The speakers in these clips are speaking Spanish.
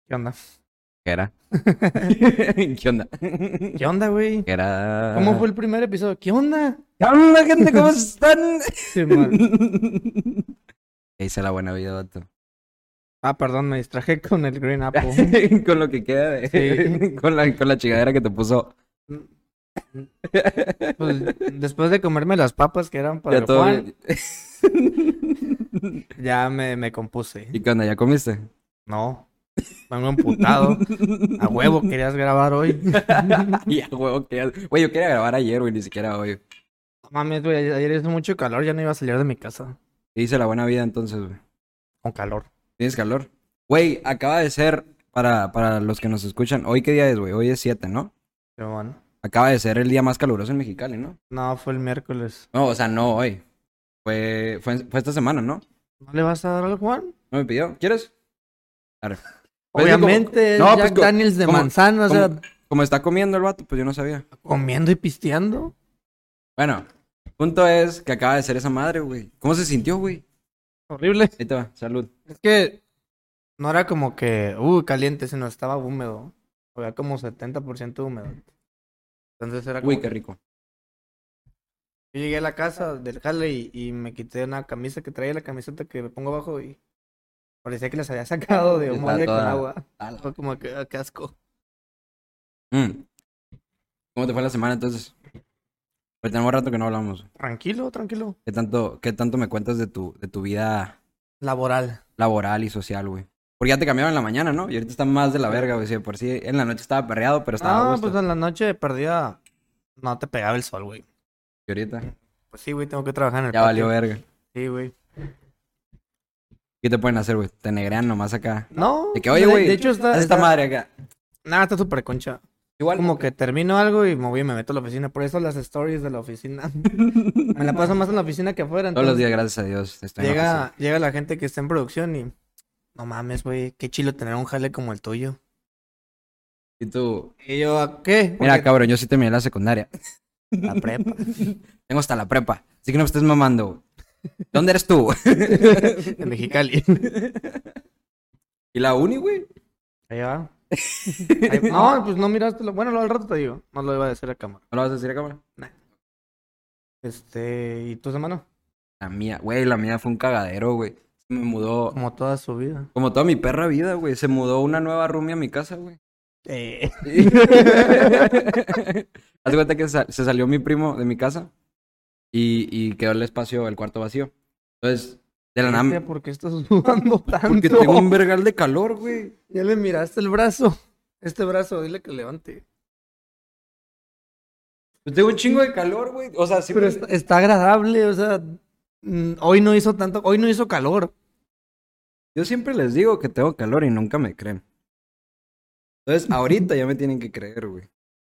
¿Qué onda? ¿Qué era? ¿Qué onda? ¿Qué onda, güey? ¿Qué era? ¿Cómo fue el primer episodio? ¿Qué onda? ¿Qué onda, gente? ¿Cómo están? Sí, mal. Hice la buena vida, vato. Ah, perdón, me distraje con el Green Apple. Con lo que queda Sí. con la chingadera que te puso. Pues después de comerme las papas que eran para Ya el todo Juan, bien. ya me compuse. ¿Y qué onda? ¿Ya comiste? No, vengo emputado. A huevo querías grabar hoy. Ya, huevo, güey, yo quería grabar ayer, güey, ni siquiera hoy. No mames, güey, ayer hizo mucho calor, ya no iba a salir de mi casa. Hice la buena vida entonces, güey. Con calor. ¿Tienes calor? Güey, acaba de ser, para los que nos escuchan, ¿hoy qué día es, güey? Hoy es 7, ¿no? Pero bueno. Acaba de ser el día más caluroso en Mexicali, ¿no? No, fue el miércoles. No, o sea, no hoy. Fue esta semana, ¿no? ¿No le vas a dar al Juan? ¿No me pidió? ¿Quieres? Arre. Pues es que Obviamente es no, pues Jack Daniels de como, manzana, o sea, como está comiendo el vato, pues yo no sabía. comiendo y pisteando. Bueno, punto es que acaba de ser esa madre, güey. ¿Cómo se sintió, güey? Horrible. Ahí te va, salud. Es que no era como que, caliente, sino estaba húmedo. Había como 70% húmedo. Entonces era Uy, como qué que rico. yo llegué a la casa del jale y me quité una camisa que traía, la camiseta que me pongo abajo y parecía que las había sacado de un Está molde con toda... agua. Fue como que, qué asco. Mm. ¿Cómo te fue la semana entonces? Pues tenemos rato que no hablamos. Tranquilo, tranquilo. ¿Qué tanto me cuentas de tu vida Laboral. laboral y social, güey? Porque ya te cambiaron en la mañana, ¿no? Y ahorita está más de la verga, güey. Sí, de por sí en la noche estaba perreado, pero estaba a No, gusto. pues en la noche perdía. No te pegaba el sol, güey. Y ahorita Pues sí, güey, tengo que trabajar en el ya valió patio. verga. Sí, güey. ¿Qué te pueden hacer, güey? Te negrean nomás acá. No, De que, oye, de güey, hecho haz esta madre acá. Nada, está súper concha. Igual. Como que termino algo y me voy y me meto a la oficina. Por eso las stories de la oficina. Me la paso más en la oficina que afuera. Todos los días, Entonces gracias a Dios, estoy en la oficina. llega la gente que está en producción y no mames, güey, qué chilo tener un jale como el tuyo. Y tú, Y yo, ¿a qué? mira, Porque cabrón, yo sí terminé la secundaria. la prepa. Tengo hasta la prepa. Así que no me estés mamando, güey. ¿Dónde eres tú? En Mexicali. ¿Y la uni, güey? Ahí va. No, pues no miraste. Bueno, lo al rato te digo. No lo iba a decir a cámara. ¿No lo vas a decir a cámara? ¿Y tu semana? La mía, güey, la mía fue un cagadero, güey. Me mudó, Como toda su vida. como toda mi perra vida, güey. Se mudó una nueva roomie a mi casa, güey. Eh. Haz de cuenta que se salió mi primo de mi casa y quedó el espacio, el cuarto vacío. Entonces, de la nada, ¿Por qué estás sudando tanto? porque tengo un vergal de calor, güey. Ya le miraste el brazo. Este brazo, dile que levante. Pues tengo un chingo de calor, güey. O sea, Pero siempre... está agradable, o sea, hoy no hizo tanto, hoy no hizo calor. Yo siempre les digo que tengo calor y nunca me creen. Entonces, ahorita ya me tienen que creer, güey.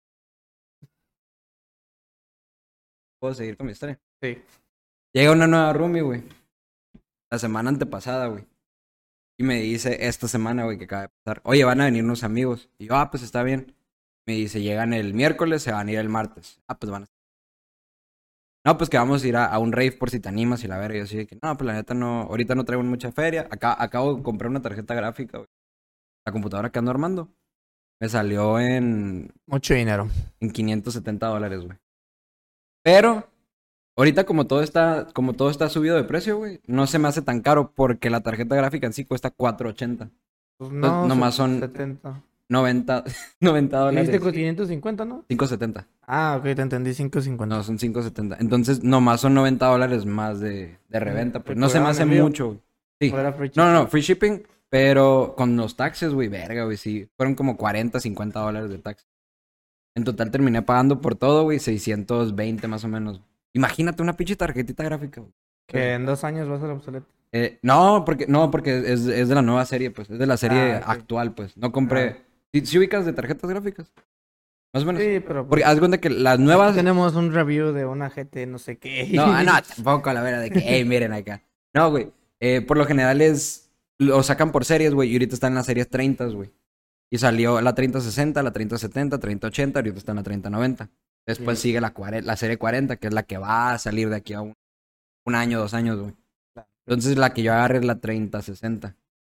¿Puedo seguir con mi historia? Sí. Llega una nueva roomie, güey. La semana antepasada, güey. Y me dice esta semana, güey, que acaba de pasar. Oye, van a venir unos amigos. Y yo, pues está bien. Me dice, llegan el miércoles, se van a ir el martes. Pues van a... No, pues que vamos a ir a un rave por si te animas y la verga. Y yo así de que, no, pues la neta no, ahorita no traigo mucha feria. Acabo de comprar una tarjeta gráfica, güey. La computadora que ando armando. Me salió Mucho dinero. en $570, güey. Pero, ahorita como todo está subido de precio, güey, no se me hace tan caro porque la tarjeta gráfica en sí cuesta $480. Pues Entonces, no, nomás son 70. 90, $90. Dijiste con 550, ¿no? 570. Ah, ok, te entendí, 550. No, son 570. Entonces, nomás son $90 más de reventa. Pues ¿Te no se me cobraron hace envío? mucho, güey. Sí. ¿O era free No, shipping? no, free shipping, pero con los taxes, güey, verga, güey, sí. Fueron como $40, $50 de taxes. En total terminé pagando por todo, güey, 620 más o menos. Imagínate una pinche tarjetita gráfica, güey. Que en 2 años va a ser obsoleto. No, porque es de la nueva serie, pues. Es de la serie Ah, ok. actual, pues. No compré. ¿Sí ubicas de tarjetas gráficas? Más o menos. Sí, pero Porque pues, haz de cuenta que las aquí nuevas. tenemos un review de una GT no sé qué. No, tampoco a la vera de que, hey, miren acá. No, güey. Por lo general lo sacan por series, güey. Y ahorita están en las series 30, güey. Y salió la 3060, la 3070, 3080. Ahorita está en la 3090. Después Sí. sigue la serie 40, que es la que va a salir de aquí a un año, 2 años, güey. Entonces la que yo agarré es la 3060.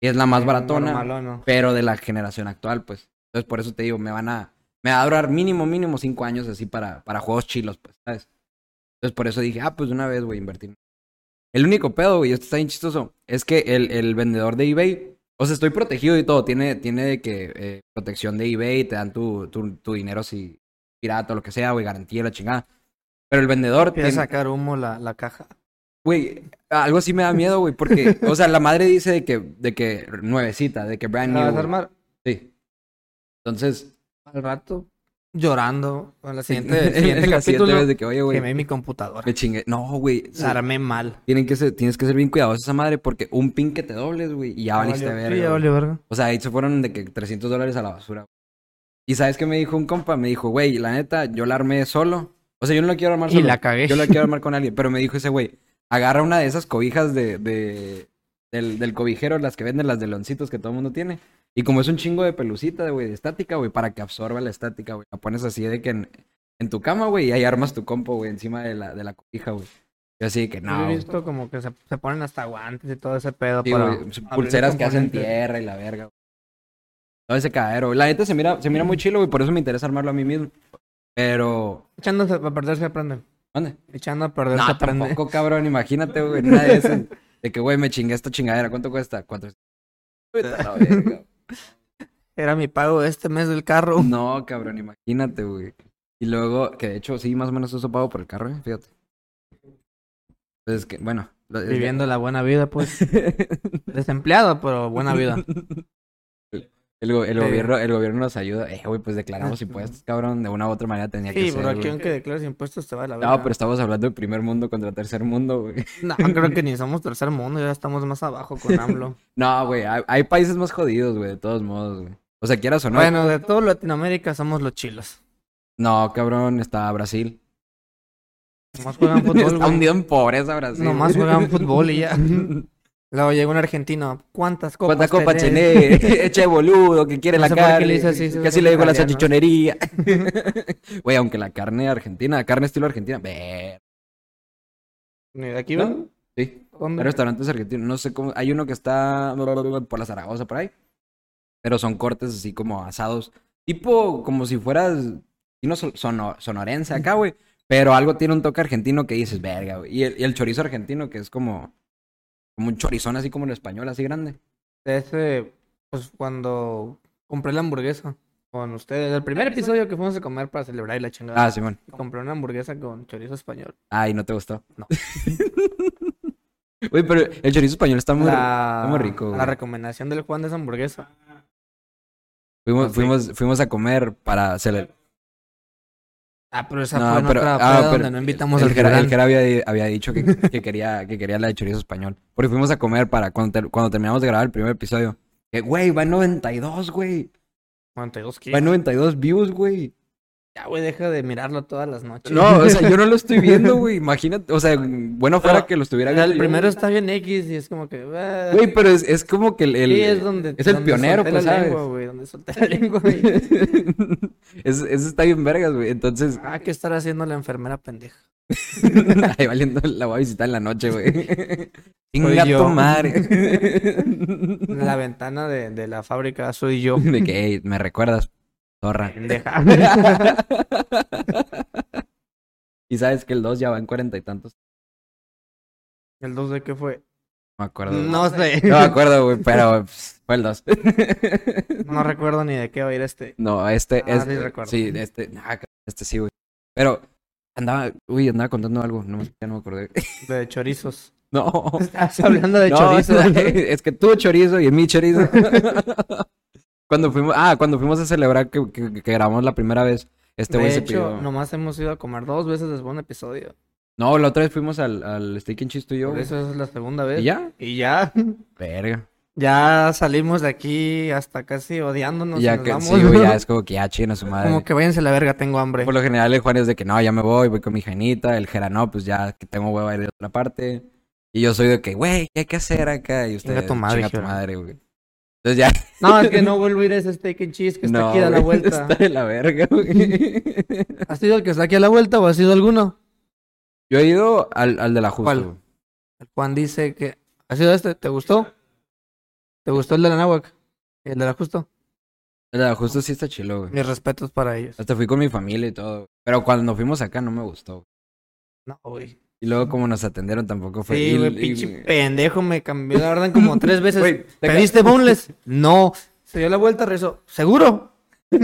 Y es la más baratona, Normal, ¿no? pero de la generación actual, pues. Entonces, por eso te digo, me va a durar mínimo 5 años así para juegos chilos, pues, ¿sabes? Entonces, por eso dije, pues de una vez voy a invertir. El único pedo, güey, esto está bien chistoso, es que el vendedor de eBay, o sea, estoy protegido y todo, tiene de que protección de eBay, te dan tu dinero si pirata o lo que sea, güey, garantía, la chingada. Pero el vendedor Quiere sacar humo la caja. güey, algo así me da miedo, güey, porque, o sea, la madre dice de que nuevecita, de que brand ¿La new. vas a güey. armar? Sí. Entonces, Al rato, llorando. En la siguiente, en el siguiente la siguiente capítulo, vez de que, oye, güey, quemé mi computadora. me chingué. No, güey, La armé mal. tienes que ser bien cuidadoso esa madre porque un pin que te dobles, güey, y ya valiste valió- verga. Sí, ya güey. valió verga. O sea, ahí se fueron de que $300 a la basura. Y ¿sabes qué me dijo un compa? Me dijo, güey, la neta, yo la armé solo. O sea, yo no la quiero armar Y solo. la cagué. Yo la quiero armar con alguien. Pero me dijo ese güey, agarra una de esas cobijas del cobijero, las que venden, las de loncitos que todo el mundo tiene. Y como es un chingo de pelucita, güey, de estática, güey, para que absorba la estática, güey. La pones así de que en tu cama, güey, y ahí armas tu compo, güey, encima de la cobija, güey. Yo así de que Yo no. he visto como que se ponen hasta guantes y todo ese pedo Sí, para güey, abrir pulseras que hacen componentes. tierra y la verga, güey. Todo ese cagadero, güey. La neta se mira muy chilo, güey, por eso me interesa armarlo a mí mismo. Pero, Echándose a perder se aprende. ¿dónde? Echando a perder se No, aprende. tampoco, cabrón, imagínate, güey, una de esas. De que, güey, me chingué esta chingadera. ¿Cuánto cuesta? 400. Vete a la verga. Era mi pago de este mes del carro. No, cabrón, imagínate, güey. Y luego, que de hecho, sí, más o menos eso pago por el carro, fíjate. Entonces, que, bueno. Viviendo la buena vida, pues. Desempleado, pero buena vida. El gobierno nos ayuda. Güey, pues declaramos impuestos, cabrón. De una u otra manera tenía que Sí, ser, pero aquí güey. aunque declares impuestos te va a la verga. No, pero estamos hablando de primer mundo contra tercer mundo, güey. No, creo que ni somos tercer mundo, ya estamos más abajo con AMLO. No, güey, hay países más jodidos, güey, de todos modos, güy. O sea, quieras o no. Bueno, de todo Latinoamérica somos los chilos. No, cabrón, está Brasil. Nomás juegan fútbol, Está güey. hundido en pobreza Brasil. Nomás juegan fútbol y ya. Luego llega un argentino. ¿Cuántas copas ¿Cuánta copa tenés? chené? Eche boludo, que quiere No la sé por qué carne. le dice así, Que seguro así que le digo la italiano. salchichonería. Güey, aunque la carne argentina, carne estilo argentina. Ver. Ni de aquí, ¿No? ¿verdad? Sí. ¿Dónde? Hay restaurantes argentinos. No sé cómo. Hay uno que está por la Zaragoza, por ahí. Pero son cortes así como asados. Tipo como si fueras. Sonorense acá, güey. Pero algo tiene un toque argentino que dices, verga, güey. Y el chorizo argentino, que es como un chorizón así como el español, así grande. Ese, pues cuando compré la hamburguesa con ustedes. El primer episodio que fuimos a comer para celebrar y la chingada. Ah, Simón. Compré una hamburguesa con chorizo español. Ay, ¿no te gustó? No. Güey, pero el chorizo español está muy rico, güey. La recomendación del Juan de esa hamburguesa. Fuimos a comer para celebrar. Ah, pero esa fue en otra peda donde no invitamos al el Jera Gibran. había dicho que quería la de chorizo español. Porque fuimos a comer para cuando terminamos de grabar el primer episodio. Que, güey, va en 92, güey. 92 Va en kilos. 92 views, güey. Ya, güey, deja de mirarlo todas las noches. No, o sea, yo no lo estoy viendo, güey. Imagínate, o sea, bueno fuera No, que lo estuviera O sea, viendo el yo, primero güey. está bien X y es como que... Güey, pero es como que sí, es donde... es el donde pionero, solté pues, la ¿sabes? lengua, güey, donde solté la lengua, güey. Eso está bien vergas, güey. Entonces, Ah, ¿qué estará haciendo la enfermera pendeja? ahí valiendo, la voy a visitar en la noche, güey. Chinga yo. tu madre. En la ventana de la fábrica soy yo. De que, "Ey, me recuerdas, zorra. Pendeja. Y sabes que el 2 ya va en 40 y tantos. ¿El 2 de qué fue? No me acuerdo. No sé. No me acuerdo, güey, pero fue el 2. No recuerdo ni de qué va a ir este. No, este Ah, sí recuerdo. sí, este sí, güey. Pero andaba contando algo, no, ya no me acordé. De chorizos. No. Estás hablando de No, chorizos. es que tu chorizo y mi chorizo. Cuando fuimos a celebrar que grabamos la primera vez, este güey De se hecho, pidió. nomás hemos ido a comer 2 veces después de un episodio. No, la otra vez fuimos al Steak and Cheese tú y yo. Por güey. eso es la segunda vez. ¿Y ya? Y ya. Verga. Ya salimos de aquí hasta casi odiándonos. Ya y nos que, vamos. sí, güey, ya es como que ya china su madre. Como que váyanse a la verga, tengo hambre. Por lo general el Juan es de que no, ya me voy con mi Jainita, el Jera no, pues ya que tengo hueva de otra parte. Y yo soy de que, güey, ¿qué hay que hacer acá? Y usted, Chinga tu madre, chinga tu Jera. madre, güey. Entonces ya, No, es que no vuelvo a ir a ese steak and cheese que está no, aquí a la güey, vuelta. está de la verga, güey. ¿Has sido el que está aquí a la vuelta o has sido alguno? Yo he ido al de la Justo. ¿Cuál? güey. El Juan dice que... ¿Has sido este? ¿Te gustó? ¿Te gustó el de la náhuac? ¿El de la Justo? Justo sí está chilo, güey. Mis respetos para ellos. Hasta fui con mi familia y todo. Pero cuando fuimos acá no me gustó, güey. No, güey. Y luego como nos atendieron tampoco fue. Sí, güey, pinche pendejo, me cambió la orden como 3 veces. Güey, ¿Pediste boneless? No. Se dio la vuelta, rezó. ¿Seguro?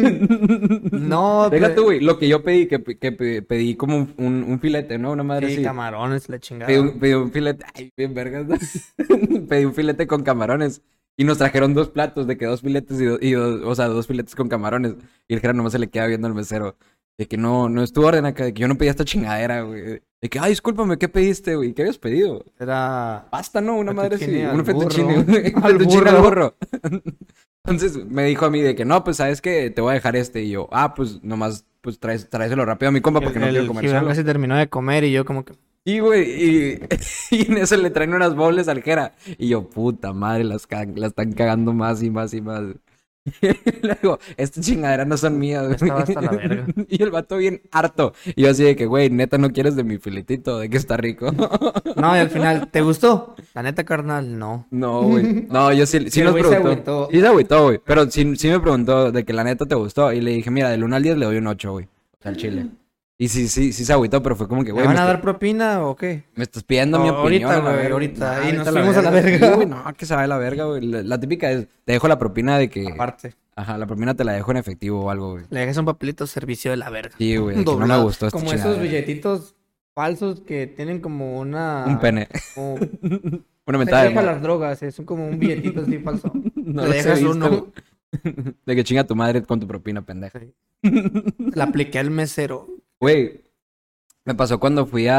No, Deja tú, güey. Lo que yo pedí, pedí como un filete, ¿no? Una madre sí, así. camarones, la chingada. Pedí un filete. Ay, bien vergas. Pedí un filete con camarones. Y nos trajeron 2 platos, de que 2 filetes o sea, 2 filetes con camarones. Y el cara nomás se le queda viendo al mesero. De que no es tu orden acá, de que yo no pedí esta chingadera, güey. De que, ay, discúlpame, ¿qué pediste, güey? ¿Qué habías pedido? Era Pasta, ¿no? Una madre así. fettuccine Un al fettuccine, burro. güey. Al Fettuccine al burro. burro. Entonces me dijo a mí de que no, pues sabes que te voy a dejar este. Y yo, pues nomás, pues tráeselo rápido a mi compa porque no quiero comer Gibran solo. casi terminó de comer y yo como que... Y, güey, y en eso le traen unas bowls al Jera. Y yo, puta madre, la están cagando más y más y más. Y luego, estas chingaderas no son mías, güey. Estaba hasta la verga. Y el vato bien harto. Y yo así de que, güey, neta, ¿no quieres de mi filetito? De que está rico. No, y al final, ¿te gustó? La neta, carnal, no. No, güey. No, yo sí Sí, el nos güey se preguntó. agüitó. Sí se agüitó, güey. Pero sí me preguntó de que la neta te gustó. Y le dije, mira, del 1 al 10 le doy un 8, güey. O sea, al chile. Y sí se agüitó, pero fue como que, ¿Me güey, van a dar propina o qué? me estás pidiendo mi opinión. Ahorita, a la güey, verga. ahorita. No, Y nos ahorita fuimos a la verga. Sí, güey, no, que se va de la verga, güey. La típica es, te dejo la propina de que... Aparte, Ajá, la propina te la dejo en efectivo o algo, güey. le dejas un papelito servicio de la verga. Sí, güey, de que no me Doblado. gustó esta Como chingada. esos billetitos falsos que tienen como una... Un pene. Como... Una Se mentada de deja madre. las drogas, son como un billetito así falso. No Le los he dejas visto, uno. güey. De que chinga tu madre con tu propina, pendeja. Sí. La apliqué al mesero. Güey, me pasó cuando fui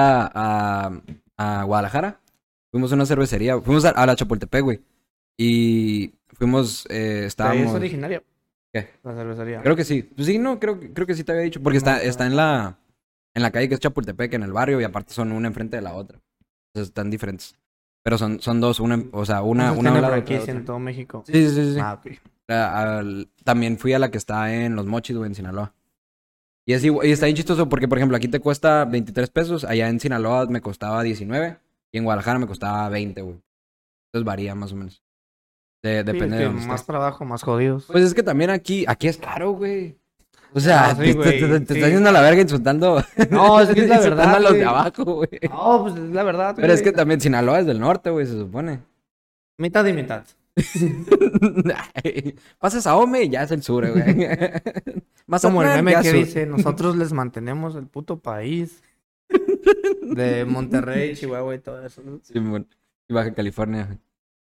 a Guadalajara. Fuimos a una cervecería. Fuimos a la Chapultepec, güey. Y fuimos, ¿De ahí estábamos... es originaria? ¿Qué? La cervecería. Creo que sí. Pues sí, no, creo que sí te había dicho. Porque No, está en la calle que es Chapultepec, en el barrio, y aparte son una enfrente de la otra. Entonces están diferentes. Pero son dos, o sea, una Entonces a un tiene lado de franquicia otra. en todo México. Sí. Ah, ok. También fui a la que está en Los Mochis, güey, en Sinaloa. Y está bien chistoso porque, por ejemplo, aquí te cuesta 23 pesos, allá en Sinaloa me costaba 19 y en Guadalajara me costaba 20, güey. Entonces varía más o menos. Depende Sí, de es dónde que más estés. trabajo, más jodidos. Pues es que también aquí es caro, güey. O sea, Ah, sí, te güey, estás sí. haciendo la verga insultando. No, es que es la insultando verdad, a los de güey. abajo, güey. No, pues es la verdad, Pero es que güey. también Sinaloa es del norte, güey, se supone. Mitad y mitad. Ay, pasas a Ome y ya es el sur, güey. Como el Mazatlán, meme ya que sur. dice, nosotros les mantenemos el puto país. De Monterrey, Chihuahua y todo eso. ¿No? Sí, bueno. Y Baja California.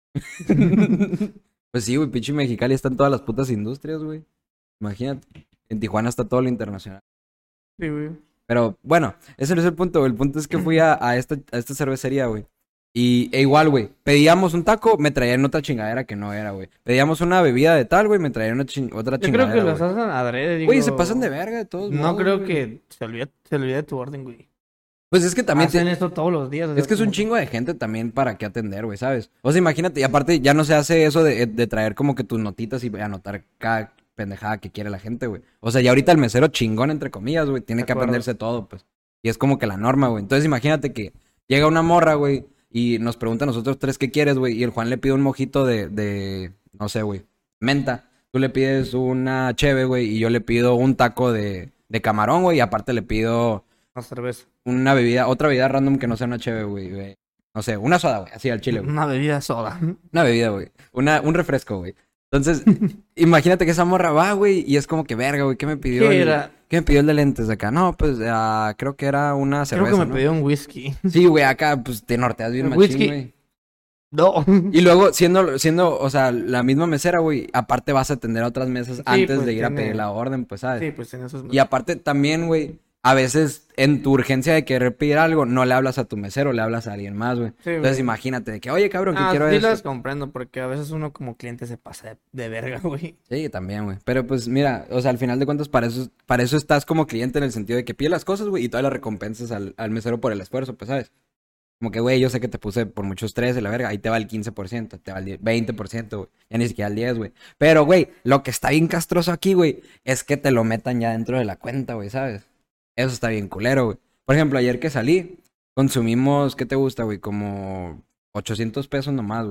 Pues sí, güey, pinche Mexicali están todas las putas industrias, güey. Imagínate. En Tijuana está todo lo internacional. Sí, güey. Pero bueno, ese no es el punto, güey. El punto es que fui a esta cervecería, güey. E igual, güey. Pedíamos un taco, me traían otra chingadera que no era, güey. Pedíamos una bebida de tal, güey, me traían otra Yo chingadera. creo que los güey. hacen adrede, digo. Güey, se pasan de verga de todos No modos, creo güey. que se olvide de tu orden, güey. Pues es que también Hacen esto todos los días. o sea, Es que es un como- chingo de gente también para qué atender, güey, ¿sabes? O sea, imagínate, y aparte ya no se hace eso de traer como que tus notitas y anotar cada pendejada que quiere la gente, güey. O sea, ya ahorita el mesero chingón, entre comillas, güey, tiene De que acuerdo. aprenderse todo, pues. Y es como que la norma, güey. Entonces imagínate que llega una morra, güey, y nos pregunta a nosotros 3 qué quieres, güey, y el Juan le pide un mojito no sé, güey, menta. Tú le pides una cheve, güey, y yo le pido un taco de camarón, güey, y aparte le pido Una cerveza. otra bebida random que no sea una cheve, güey. No sé, una soda, güey, así al chile, güey. Una bebida soda. Una bebida, güey. Un refresco, güey. Entonces, imagínate que esa morra va, güey, y es como que verga, güey, ¿qué me pidió? ¿Qué era? ¿Qué me pidió el de lentes de acá? No, pues creo que era una Creo cerveza, que me ¿no? pidió un whisky. Sí, güey, acá pues te norteas bien ¿El machín, whisky? güey. No. Y luego, siendo, o sea, la misma mesera, güey, aparte vas a atender a otras mesas antes pues, de ir a tiene- pedir la orden, pues, ¿sabes? Sí, pues en esos... Y aparte también, güey, a veces en tu urgencia de querer pedir algo, no le hablas a tu mesero, le hablas a alguien más, güey. Sí, Entonces güey. imagínate de que, oye, cabrón, que Ah, quiero sí eso. las comprendo, porque a veces uno como cliente se pasa de verga, güey. Sí, también, güey. Pero pues mira, o sea, al final de cuentas para eso estás como cliente en el sentido de que pide las cosas, güey, y todas las recompensas al mesero por el esfuerzo, pues, ¿sabes? Como que, güey, yo sé que te puse por mucho estrés y la verga, ahí te va el 15%, te va el 20%, güey. Ya ni siquiera el 10, güey. Pero, güey, lo que está bien castroso aquí, güey, es que te lo metan ya dentro de la cuenta, güey, ¿sabes? Eso está bien culero, güey. Por ejemplo, ayer que salí, consumimos, ¿qué te gusta, güey? Como 800 pesos nomás, güey.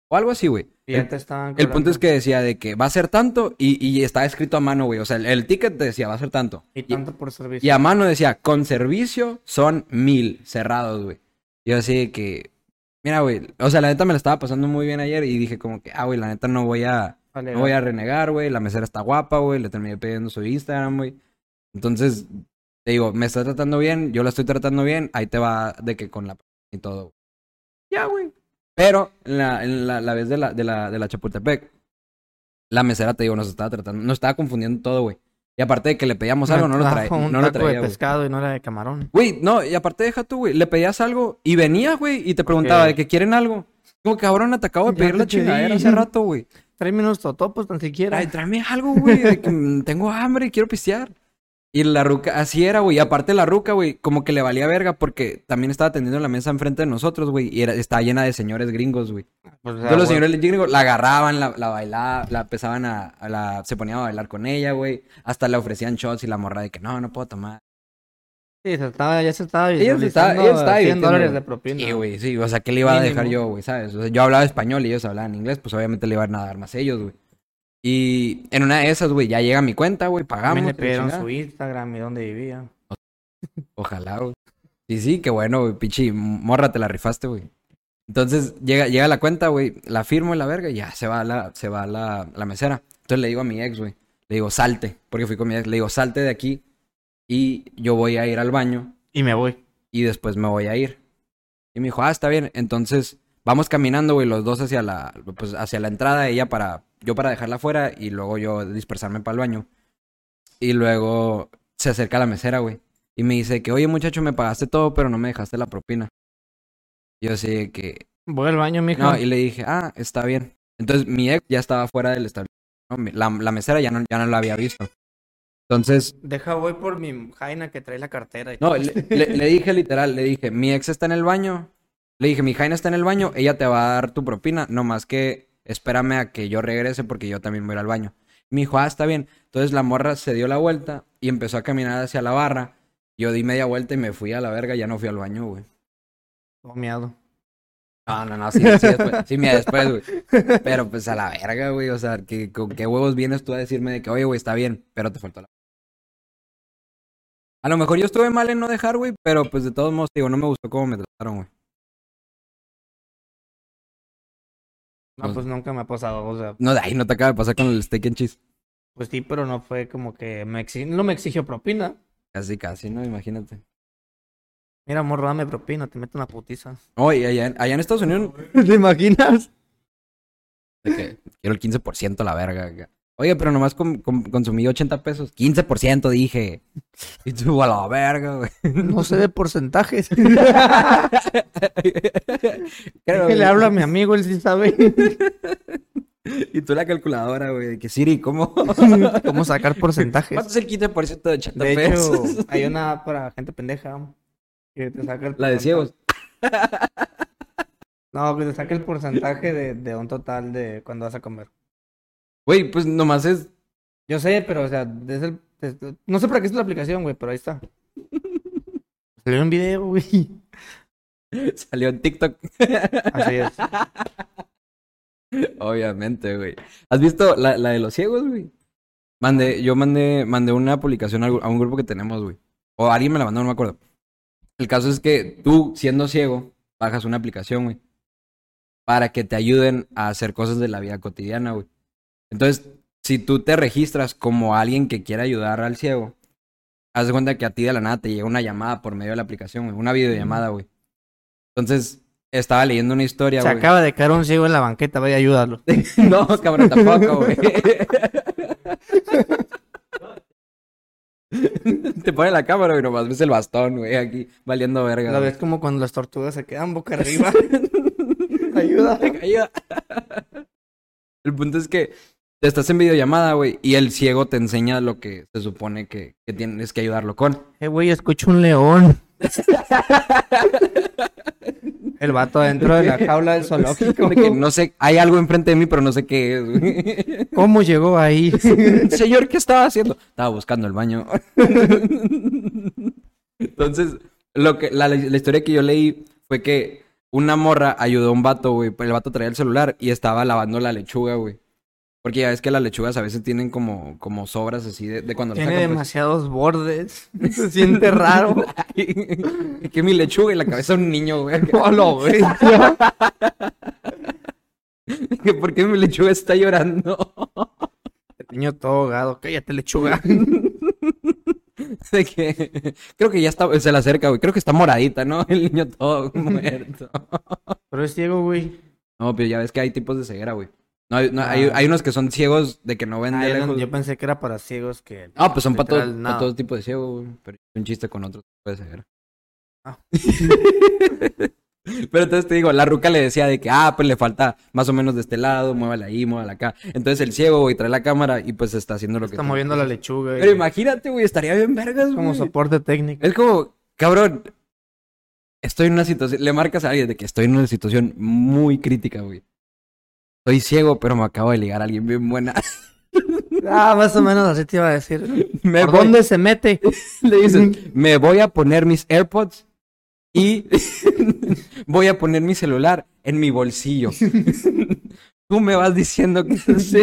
O algo así, güey. Y ya te estaban El punto es cobrando. que decía de que va a ser tanto y estaba escrito a mano, güey. O sea, el ticket decía va a ser tanto. Y tanto por Y servicio. a mano decía, con servicio son 1000 cerrados, güey. Yo así de que, mira, güey, o sea, la neta me la estaba pasando muy bien ayer y dije como que, güey, la neta no voy a renegar, güey. La mesera está guapa, güey. Le terminé pidiendo su Instagram, güey. Entonces, te digo, me está tratando bien, yo la estoy tratando bien, ahí te va de que con la y todo, güey. Ya, güey. Pero la vez de la Chapultepec, la mesera, te digo, nos estaba tratando, nos estaba confundiendo todo, güey. Y aparte de que le pedíamos algo, no lo traía, un no lo taco traía, de güey. pescado y no era de camarón. Güey, no, y aparte deja tú, güey, le pedías algo y venía, güey, y te preguntaba de que quieren algo. Como cabrón, te acabo de Ya pedir la te pedí. chingadera hace rato, güey. Tráeme unos totopos tan siquiera. Ay, tráeme algo, güey, de que tengo hambre y quiero pistear. Y la ruca, así era, güey. Y aparte la ruca, güey, como que le valía verga porque también estaba atendiendo la mesa enfrente de nosotros, güey. Y estaba llena de señores gringos, güey. Pues, Entonces los señores gringos la agarraban, la bailaban, la empezaban se ponían a bailar con ella, güey. Hasta le ofrecían shots y la morra de que no puedo tomar. Sí, ya se estaba Ella se estaba visualizando $100 divirtiendo, de propina. Sí, güey, sí. O sea, ¿qué le iba a dejar Mínimo. yo, güey? ¿Sabes? O sea, yo hablaba español y ellos hablaban inglés, pues obviamente le iban a dar más ellos, güey. Y en una de esas, güey, ya llega mi cuenta, güey, pagamos. También le y la pidieron chingada. su Instagram y dónde vivía. Ojalá, güey. Sí, qué bueno, güey, pichi, morra, te la rifaste, güey. Entonces, llega la cuenta, güey, la firmo en la verga y ya se va la mesera. Entonces le digo a mi ex, güey, le digo, salte, porque fui con mi ex, le digo, salte de aquí y yo voy a ir al baño Y me voy. y después me voy a ir. Y me dijo, está bien. Entonces, vamos caminando, güey, los dos hacia la entrada, yo para dejarla afuera y luego yo dispersarme para el baño. Y luego se acerca la mesera, güey. Y me dice que, oye, muchacho, me pagaste todo, pero no me dejaste la propina. Yo así de que... Voy al baño, mijo. No, y le dije, está bien. Entonces, mi ex ya estaba fuera del establecimiento. ¿No? La mesera ya no la había visto. Entonces... Voy por mi jaina que trae la cartera. No, le dije literal, le dije, mi ex está en el baño. Le dije, mi jaina está en el baño, ella te va a dar tu propina, nomás que espérame a que yo regrese porque yo también voy a ir al baño. Me dijo, está bien. Entonces la morra se dio la vuelta y empezó a caminar hacia la barra. Yo di media vuelta y me fui a la verga, ya no fui al baño, güey. Todo miado. No, sí después, sí, mira, después, güey. Pero pues a la verga, güey, o sea, ¿con qué huevos vienes tú a decirme de que, oye, güey, está bien, pero te faltó la... A lo mejor yo estuve mal en no dejar, güey, pero pues de todos modos, digo, no me gustó cómo me trataron, güey. No, pues nunca me ha pasado, o sea, No, de ahí no te acaba de pasar con el steak and cheese. pues sí, pero no fue como que no me exigió propina. Casi, ¿no? Imagínate. Mira, morro, dame propina, te meto una putiza. Oye, allá en Estados Unidos, ¿Te imaginas? de que quiero el 15% la verga. Acá. Oye, pero nomás consumí 80 pesos. 15% dije. Y tú a la verga, güey. No sé de porcentajes. Creo, Que le hablo a mi amigo, él sí sabe. Y tú la calculadora, güey. De que Siri, ¿cómo? ¿Cómo sacar porcentajes? ¿Cuánto es el 15% de 80 De hecho, pesos? hay una app para gente pendeja que te saca el La de porcentaje. ciegos. No, que te saca el porcentaje de un total de cuando vas a comer. Güey, pues nomás es... Yo sé, pero, o sea, no sé para qué es la aplicación, güey, pero ahí está. Salió un video, güey. Salió en TikTok. Así es. Obviamente, güey. ¿Has visto la de los ciegos, güey? Yo mandé una publicación a un grupo que tenemos, güey. O alguien me la mandó, no me acuerdo. El caso es que tú, siendo ciego, bajas una aplicación, güey. Para que te ayuden a hacer cosas de la vida cotidiana, güey. Entonces, si tú te registras como alguien que quiere ayudar al ciego, haz de cuenta que a ti de la nada te llega una llamada por medio de la aplicación, güey. Una videollamada, güey. Entonces, estaba leyendo una historia, Se güey. acaba de caer un ciego en la banqueta, vaya a ayudarlo. No, cabrón, tampoco, güey. Te pone la cámara y nomás ves el bastón, güey, aquí, valiendo verga. La ves como cuando las tortugas se quedan boca arriba. Ayuda. Ayuda. El punto es que estás en videollamada, güey, y el ciego te enseña lo que se supone que tienes que ayudarlo con. Güey, escucho un león. El vato adentro de la jaula del zoológico. De que no sé, hay algo enfrente de mí, pero no sé qué es, güey. ¿Cómo llegó ahí? Señor, ¿qué estaba haciendo? Estaba buscando el baño. Entonces, la historia que yo leí fue que una morra ayudó a un vato, güey. El vato traía el celular y estaba lavando la lechuga, güey. Porque ya ves que las lechugas a veces tienen como sobras así de cuando las Tiene sacan, pues. demasiados bordes. Se siente raro. Que mi lechuga y la cabeza de un niño, güey. Hola, güey. Que ¿por qué mi lechuga está llorando? El niño todo ahogado. Cállate, lechuga. De que creo que ya está, se le acerca, güey. Creo que está moradita, ¿no? El niño todo muerto. Pero es ciego, güey. No, pero ya ves que hay tipos de ceguera, güey. No, hay unos que son ciegos de que no ven de lejos. Yo pensé que era para ciegos que... No, pues son para literal, no. todo tipo de ciego, güey. Pero es un chiste con otro tipo de ceguera. Ah. Pero entonces te digo, la ruca le decía de que, pues le falta más o menos de este lado, muévala ahí, muévala acá. Entonces el ciego, güey, trae la cámara y pues está haciendo lo que... Está moviendo la lechuga. Pero imagínate, güey, estaría bien vergas, como güey. soporte técnico. Es como, cabrón, estoy en una situación... Le marcas a alguien de que estoy en una situación muy crítica, güey. Soy ciego, pero me acabo de ligar a alguien bien buena. Más o menos así te iba a decir. ¿Por voy- dónde se mete? Le dices, me voy a poner mis AirPods y voy a poner mi celular en mi bolsillo. Tú me vas diciendo que no sé.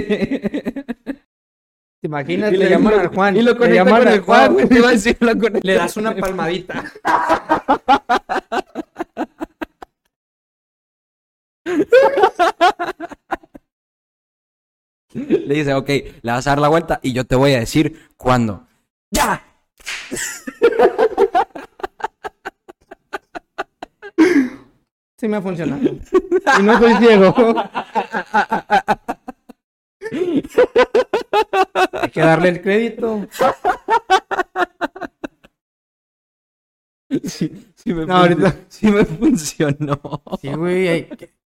¿Te imaginas? Le llaman al Juan. Y lo Le conecta llaman con al el Juan. Juan. Te iba a decir, lo conecta. Le das una palmadita. Le dice, ok, le vas a dar la vuelta y yo te voy a decir cuándo. ¡Ya! Sí me ha funcionado. Y no soy ciego. Hay que darle el crédito. Sí me No, ahorita. sí me funcionó. Sí, güey.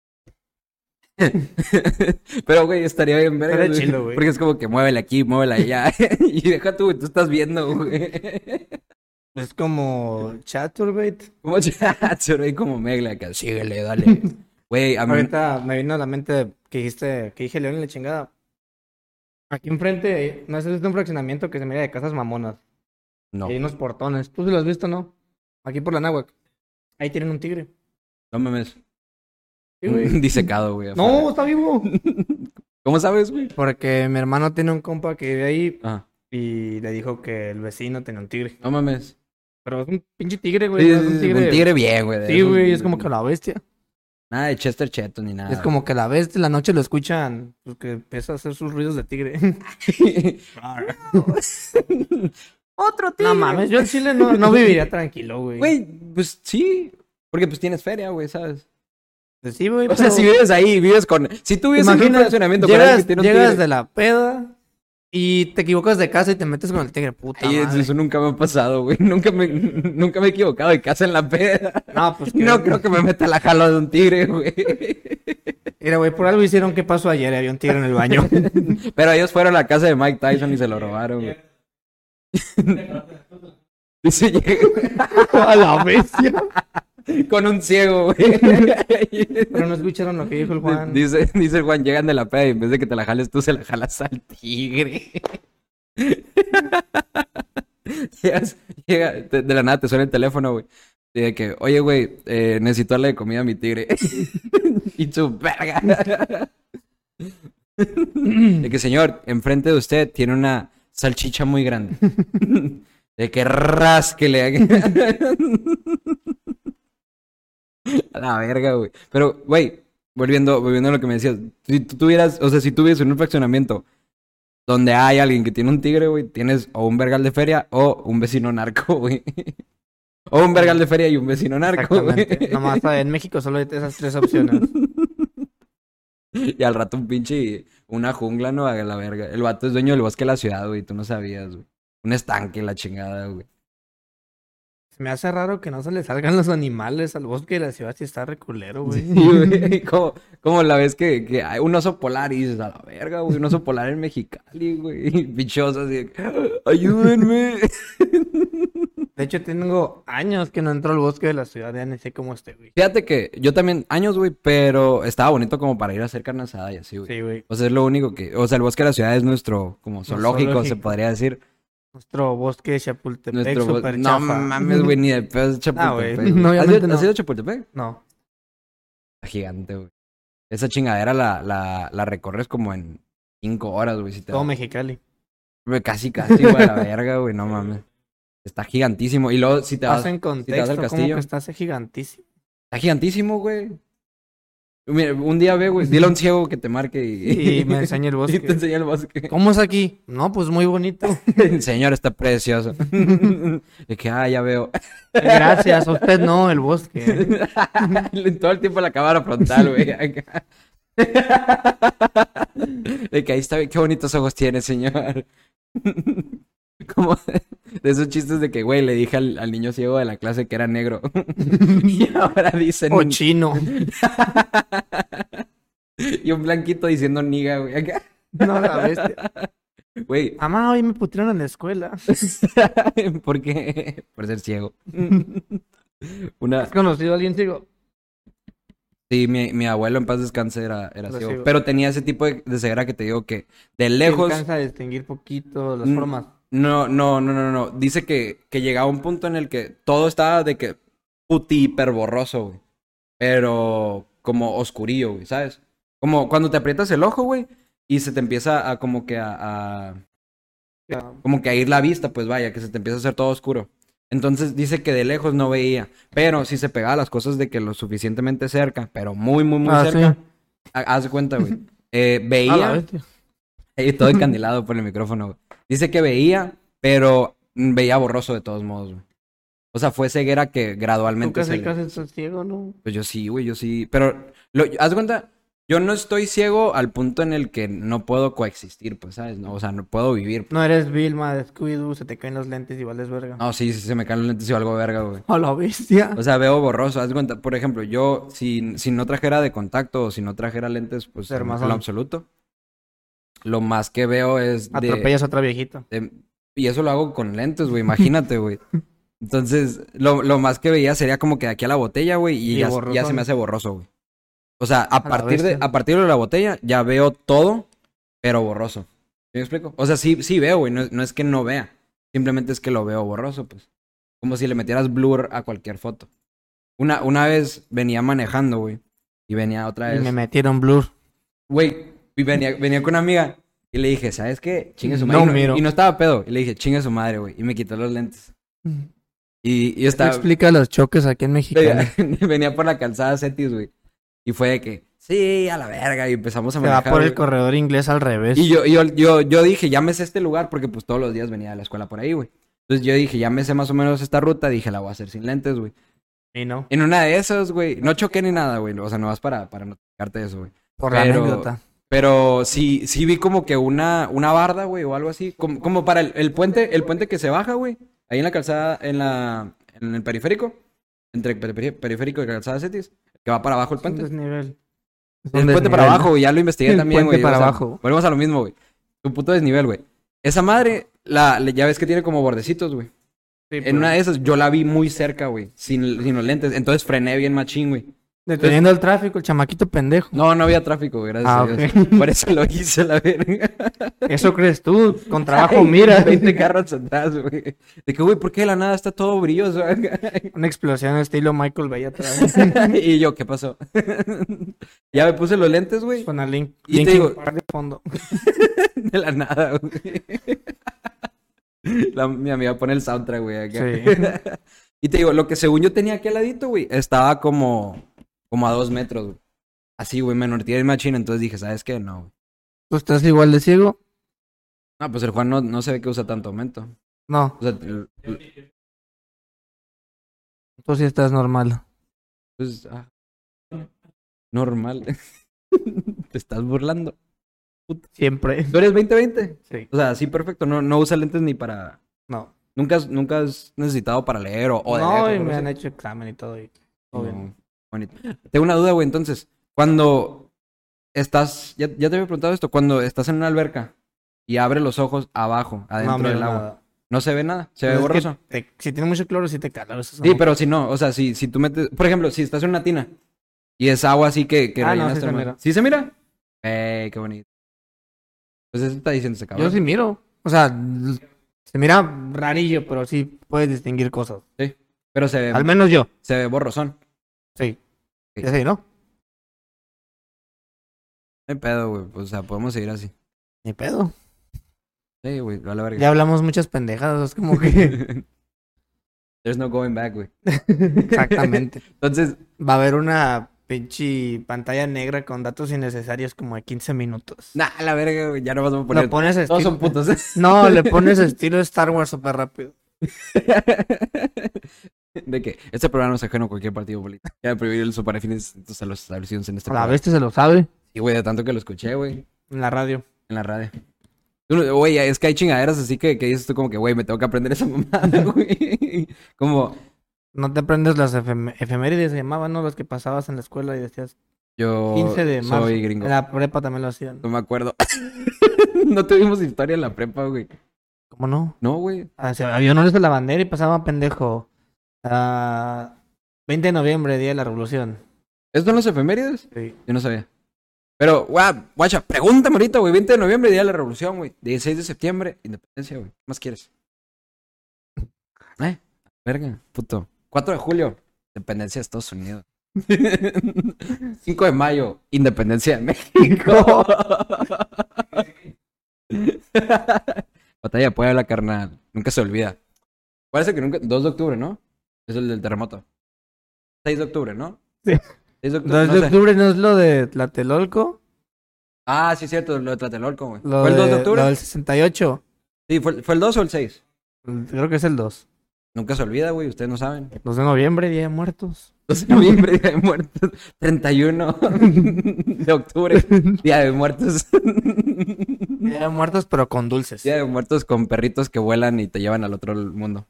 Pero, güey, estaría bien verga, Estaría güey. chido, güey. Porque es como que muévele aquí, muévele allá. Y deja tú, güey, tú estás viendo, güey. Es como Chaturbate. Como chacho, y como Megla, que síguele, dale. Güey, a mí... Ahorita me vino a la mente que dijiste, que dije León en la chingada. Aquí enfrente, no sé, es un fraccionamiento que se mira de casas mamonas. No, Y hay unos portones. ¿Tú sí lo has visto, no? Aquí por la náhuac. Ahí tienen un tigre. no mames. Sí, güey. Disecado, güey. No, afuera. está vivo. ¿Cómo sabes, güey? Porque mi hermano tiene un compa que vive ahí Ah, y le dijo que el vecino tenía un tigre. no mames. Pero es un pinche tigre, güey. Sí, no es un tigre. un tigre bien, güey. de Sí, esos- güey, es como que la bestia. Nada de Chester Cheto ni nada. Es como que la bestia, en la noche lo escuchan, pues que empieza a hacer sus ruidos de tigre. Otro tigre. No mames, yo en Chile no viviría tranquilo, güey. Güey, pues sí. Porque pues tienes feria, güey, ¿sabes? Pues sí, güey. O sea, pero si vives ahí, vives con... Si tú vives en un imagina, fraccionamiento con alguien que tiene un llegas tigre... de la peda y te equivocas de casa y te metes con el tigre, puta Ay, madre. eso nunca me ha pasado, güey. Nunca me he equivocado de casa en la peda. No, pues No creo que me meta la jala de un tigre, güey. Mira, güey, por algo hicieron qué pasó ayer, había un tigre en el baño. Pero ellos fueron a la casa de Mike Tyson y se lo robaron, güey. Y se llega A la bestia. con un ciego, güey. Pero no escucharon lo que dijo el Juan. Dice el Juan, llegan de la peda y en vez de que te la jales tú, se la jalas al tigre. De la nada te suena el teléfono, güey. Y de que, oye, güey, necesito darle de comida a mi tigre. Y tu verga. De que, señor, enfrente de usted tiene una salchicha muy grande. De que rasquele. A la verga, güey. Pero, güey, volviendo a lo que me decías. Si tú tuvieras, o sea, si tú vives en un fraccionamiento donde hay alguien que tiene un tigre, güey, tienes o un vergal de feria o un vecino narco, güey. O un vergal de feria y un vecino narco, güey. Exactamente. Nomás en México solo hay esas tres opciones. Y al rato un pinche, una jungla, no haga la verga. El vato es dueño del bosque de la ciudad, güey, tú no sabías, güey. Un estanque, la chingada, güey. Se me hace raro que no se le salgan los animales al bosque de la ciudad si está reculero, güey. Sí, güey. Como la vez que hay un oso polar y dices, a la verga, güey, un oso polar en Mexicali, güey. Bichoso así, de que, ayúdenme. De hecho, tengo años que no entro al bosque de la ciudad, ya ni sé cómo esté, güey. Fíjate que yo también, años, güey, pero estaba bonito como para ir a hacer carne asada y así, güey. Sí, güey. O sea, es lo único que, o sea, el bosque de la ciudad es nuestro, como zoológico, se zoológico. podría decir. Nuestro bosque de Chapultepec, Nuestro super no chafa. mames, güey, ni de pedo es Chapultepec. güey, güey. no, ¿Has obviamente ido, no. has ido a Chapultepec? No. gigante, güey. Esa chingadera la recorres como en 5 horas, güey. Si te Todo da- Mexicali. Güey, casi, güey, a la verga, güey, no mames. Está gigantísimo. Y luego, si te vas, Pasa en si te vas al contexto, como castillo, que está ese gigantísimo. está gigantísimo, güey. Mira, un día ve, güey, dile a un ciego que te marque Y me enseña el y te bosque. enseña el bosque. ¿Cómo es aquí? No, pues muy bonito. Señor, está precioso. De que, ya veo. Gracias, a usted no, el bosque. Todo el tiempo la cámara frontal, güey. Acá. De que ahí está, qué bonitos ojos tiene, señor. Como de esos chistes de que, güey, le dije al niño ciego de la clase que era negro. Y ahora dicen... O chino. Y un blanquito diciendo niga, güey. Acá. No, la bestia. Güey, Mamá, hoy me putieron en la escuela. ¿por qué? Por ser ciego. Una... ¿Has conocido a alguien ciego? Sí, mi abuelo en paz descanse era Era ciego. ciego. Pero tenía ese tipo de ceguera que te digo que de ¿Te lejos... alcanza a distinguir poquito las Mm, formas? No. Dice que llegaba un punto en el que todo estaba de que puti hiper borroso, güey. Pero como oscurillo, güey, ¿sabes? Como cuando te aprietas el ojo, güey, y se te empieza a como que como que a ir la vista, pues vaya, que se te empieza a hacer todo oscuro. Entonces dice que de lejos no veía, pero si se pegaba las cosas de que lo suficientemente cerca, pero muy cerca, haz de cuenta, güey. Ah, la Veía, bestia. todo encandilado por el micrófono, güey. Dice que veía, pero veía borroso de todos modos, güey. O sea, fue ceguera que Tú gradualmente casi estás ciego, ¿no? Pues yo sí, güey, yo sí. Pero, haz de cuenta, yo no estoy ciego al punto en el que no puedo coexistir, pues, ¿sabes? No, o sea, no puedo vivir. No eres Vilma de Scooby-Doo, se te caen los lentes y vales verga. No, sí, se me caen los lentes y algo verga, güey. A la bestia. O sea, veo borroso. Haz de cuenta, por ejemplo, yo, si no trajera de contacto o si no trajera lentes, pues, en Hermazón. lo absoluto, lo más que veo es Atropellas a otra viejita. y eso lo hago con lentes, güey, imagínate, güey. Entonces, lo más que veía sería como que de aquí a la botella, güey, y ya se borrosón. me hace borroso, güey. O sea, a la partir bestia. de la botella ya veo todo, pero borroso. ¿Me explico? O sea, sí veo, güey, no es que no vea. Simplemente es que lo veo borroso, pues. Como si le metieras blur a cualquier foto. Una vez venía manejando, güey, y venía otra Y vez. me metieron blur. Güey, y venía con una amiga y le dije, ¿sabes qué? Chingue su No madre. miro. Y no estaba pedo. Y le dije, chingue su madre, güey. Y me quitó los lentes. Y yo Esto estaba... explica los choques aquí en México. venía por la calzada Cetis, güey. Y fue de que, sí, a la verga. Y empezamos a Se va manejar, por el güey. corredor inglés al revés. Y yo dije, ya me sé este lugar porque pues todos los días venía a la escuela por ahí, güey. Entonces yo dije, ya me sé más o menos esta ruta. Dije, la voy a hacer sin lentes, güey. Y no. En una de esas, güey, no choqué ni nada, güey. O sea, no vas para notificarte de eso, güey. Por la anécdota. Pero sí vi como que una barda, güey, o algo así. Como para el puente que se baja, güey. Ahí en la calzada, en el periférico. Entre periférico y calzada Cetis. Que va para abajo el Es un puente. desnivel. Es El un puente para desnivel. abajo, güey. Ya lo investigué El también, puente güey. para o sea, abajo. Volvemos a lo mismo, güey. Tu puto desnivel, güey. Esa madre, ya ves que tiene como bordecitos, güey. Sí, En una de esas yo la vi muy cerca, güey. Sin los lentes. Entonces frené bien machín, güey. Deteniendo el tráfico, el chamaquito pendejo. No había tráfico, güey. Gracias Ah, a Dios. ok. Por eso lo hice, la verga. Eso crees tú. Con trabajo, Ay, mira. 20 carros atrás, güey. De que, güey, ¿por qué de la nada está todo brilloso? Una explosión estilo Michael Bay atrás. Y yo, ¿qué pasó? Ya me puse los lentes, güey. Con el link. Y te Linkin digo- Park de fondo. De la nada, güey. Mi amiga pone el soundtrack, güey, acá. Sí. Y te digo, lo que según yo tenía aquí al ladito, güey, estaba como a 2 metros, güey. Así, güey, me norteé el machín, entonces dije, ¿sabes qué? No, güey. ¿Tú estás igual de ciego? No, pues el Juan no se ve que usa tanto aumento. No, O sea, tú sí estás normal. pues, normal. Te estás burlando. Siempre. ¿Tú eres 2020? Sí. O sea, sí, perfecto. No usa lentes ni para... No. ¿Nunca has necesitado para leer o de No, lejos, y o me algo han así? hecho examen y todo. Y todo bien. No, bonito. Tengo una duda, güey, entonces. Cuando estás... Ya te había preguntado esto. Cuando estás en una alberca y abres los ojos abajo, adentro no, miro del agua. nada. ¿No se ve nada? ¿Se ve Es que borroso? si tiene mucho cloro, sí te cala. Eso Sí, pero si no. O sea, si tú metes... Por ejemplo, si estás en una tina y es agua así que Ah, no, rellenas sí se termo- mira. ¿Sí se mira? Qué bonito. Pues eso está diciendo ese cabrón. Yo sí miro. O sea, se mira rarillo, pero sí puedes distinguir cosas. Sí. Pero Al menos yo. se ve borrosón. Sí. Sí. Ya sé, ¿no? hay pedo, güey. O sea, podemos seguir así. Ni pedo. Sí, güey, a la verga. Ya hablamos muchas pendejadas, es como que... There's no going back, güey. Exactamente. Entonces, Va a haber una pinche pantalla negra con datos innecesarios como de 15 minutos. nah, la verga, güey. Ya no vamos a poner. Lo pones Todos estilo... son putos. No, le pones estilo Star Wars súper rápido. De que este programa es ajeno a cualquier partido político. Ya prohibir el uso para fines a los establecidos en este A la programa. bestia se lo sabe Y, güey, de tanto que lo escuché, güey, en la radio. en la radio. Güey, es que hay chingaderas así que dices tú como que, güey, me tengo que aprender esa mamada, güey. Como, No te aprendes las efemérides, se llamaban, ¿no? Las que pasabas en la escuela y decías yo 15 de marzo. soy gringo. En la prepa también lo hacían. No me acuerdo. No tuvimos historia en la prepa, güey. ¿Cómo no? No, güey. O sea, había honores de la bandera y pasaba pendejo. 20 de noviembre, Día de la Revolución. ¿Estos son los efemérides? Sí. Yo no sabía. Pero, guacha, pregúntame ahorita, güey. 20 de noviembre, Día de la Revolución, güey. 16 de septiembre, Independencia, güey. ¿Qué más quieres? Verga, puto. 4 de julio, Independencia de Estados Unidos. 5 de mayo, Independencia de México. Batalla de Puebla, carnal. Nunca se olvida. Parece que nunca... 2 de octubre, ¿no? Es el del terremoto. 6 de octubre, ¿no? Sí. 6 de octubre, 2 no de sé. octubre no es lo de Tlatelolco. Ah, sí, cierto, lo de Tlatelolco, güey. Lo ¿Fue el 2 de de- octubre? Lo del 68. Sí, ¿fue el 2 o el 6? Creo que es el 2. Nunca se olvida, güey, ustedes no saben. 2 de noviembre, Día de Muertos. 2 de noviembre, Día de Muertos. 31 de octubre, Día de Muertos. Día de Muertos, pero con dulces. Día de Muertos con perritos que vuelan y te llevan al otro mundo.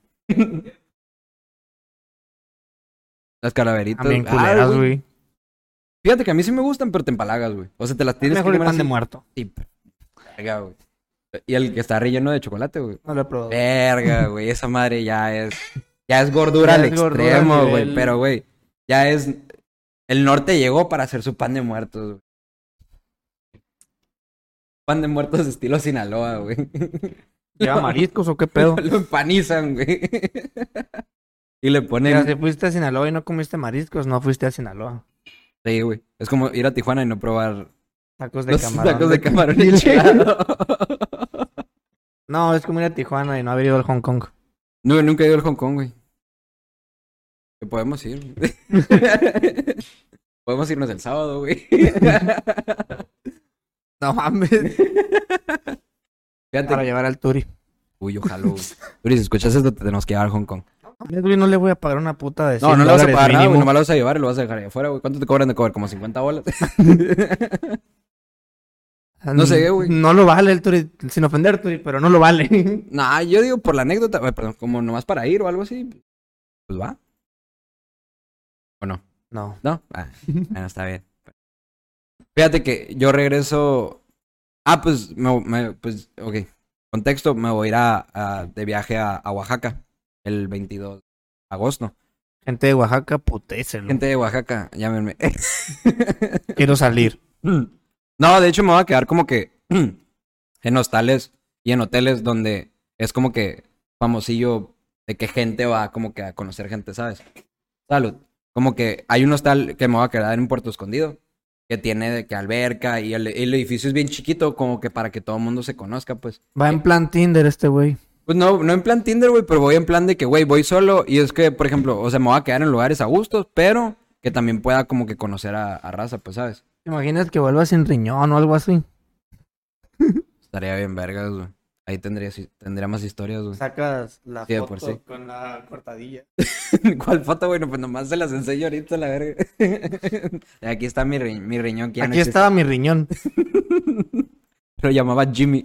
Las calaveritas. También Ay, culeras, güey. Fíjate que a mí sí me gustan, pero te empalagas, güey. O sea, te las tienes Mejor que el comer pan de así. muerto. Sí, verga, güey. Y el que está relleno de chocolate, güey. No lo he probado. Verga, güey. Esa madre ya es gordura Ya al es gordura extremo, a güey. nivel- Pero, güey, ya es... El norte llegó para hacer su pan de muertos, güey. Pan de muertos estilo Sinaloa, güey. ¿Lleva mariscos o qué pedo? Lo empanizan, güey. Y le Mira, ponen... si fuiste a Sinaloa y no comiste mariscos, no fuiste a Sinaloa. Sí, güey. Es como ir a Tijuana y no probar Tacos de los camarón. tacos de camarón chile. enchilado. No, es como ir a Tijuana y no haber ido al Hong Kong. No, nunca he ido al Hong Kong, güey. Que podemos ir. Podemos irnos el sábado, güey. No mames. Fíjate. Para llevar al Turi. Uy, ojalá, güey. Uri, si escuchas esto, te tenemos que llevar a Hong Kong. Güey, no le voy a pagar una puta de 100 No, no le vas a dólares pagar nada, güey. mínimo. Nomás lo vas a llevar y lo vas a dejar ahí afuera, güey. ¿Cuánto te cobran de cover? ¿Como 50 bolas? No sé, güey. No lo vale el Turi, sin ofender Turi, pero no lo vale. Nah, yo digo por la anécdota, perdón, como nomás para ir o algo así. Pues va. ¿O no? No. ¿No? Bueno, está bien. Fíjate que yo regreso... pues, pues, ok. Contexto, me voy a ir de viaje a Oaxaca el 22 de agosto. Gente de Oaxaca, putéselo. Gente de Oaxaca, llámenme. Quiero salir. No, de hecho me voy a quedar como que en hostales y en hoteles donde es como que famosillo de que gente va como que a conocer gente, ¿sabes? Salud. Como que hay un hostal que me voy a quedar en Puerto Escondido que tiene de que alberca y el edificio es bien chiquito como que para que todo el mundo se conozca, pues. Va en plan Tinder este güey. Pues no en plan Tinder, güey, pero voy en plan de que, güey, voy solo y es que, por ejemplo, o sea, me voy a quedar en lugares a gusto, pero que también pueda como que conocer a raza, pues, ¿sabes? ¿Te imaginas que vuelvas sin riñón o algo así? Estaría bien vergas, güey. Ahí tendría más historias, güey. Sacas la Sí, de foto por sí. con la cortadilla. ¿Cuál foto, güey? No, pues nomás se las enseño ahorita, la verga. Aquí está mi riñón. Que ya no Aquí existe. estaba mi riñón. Lo llamaba Jimmy.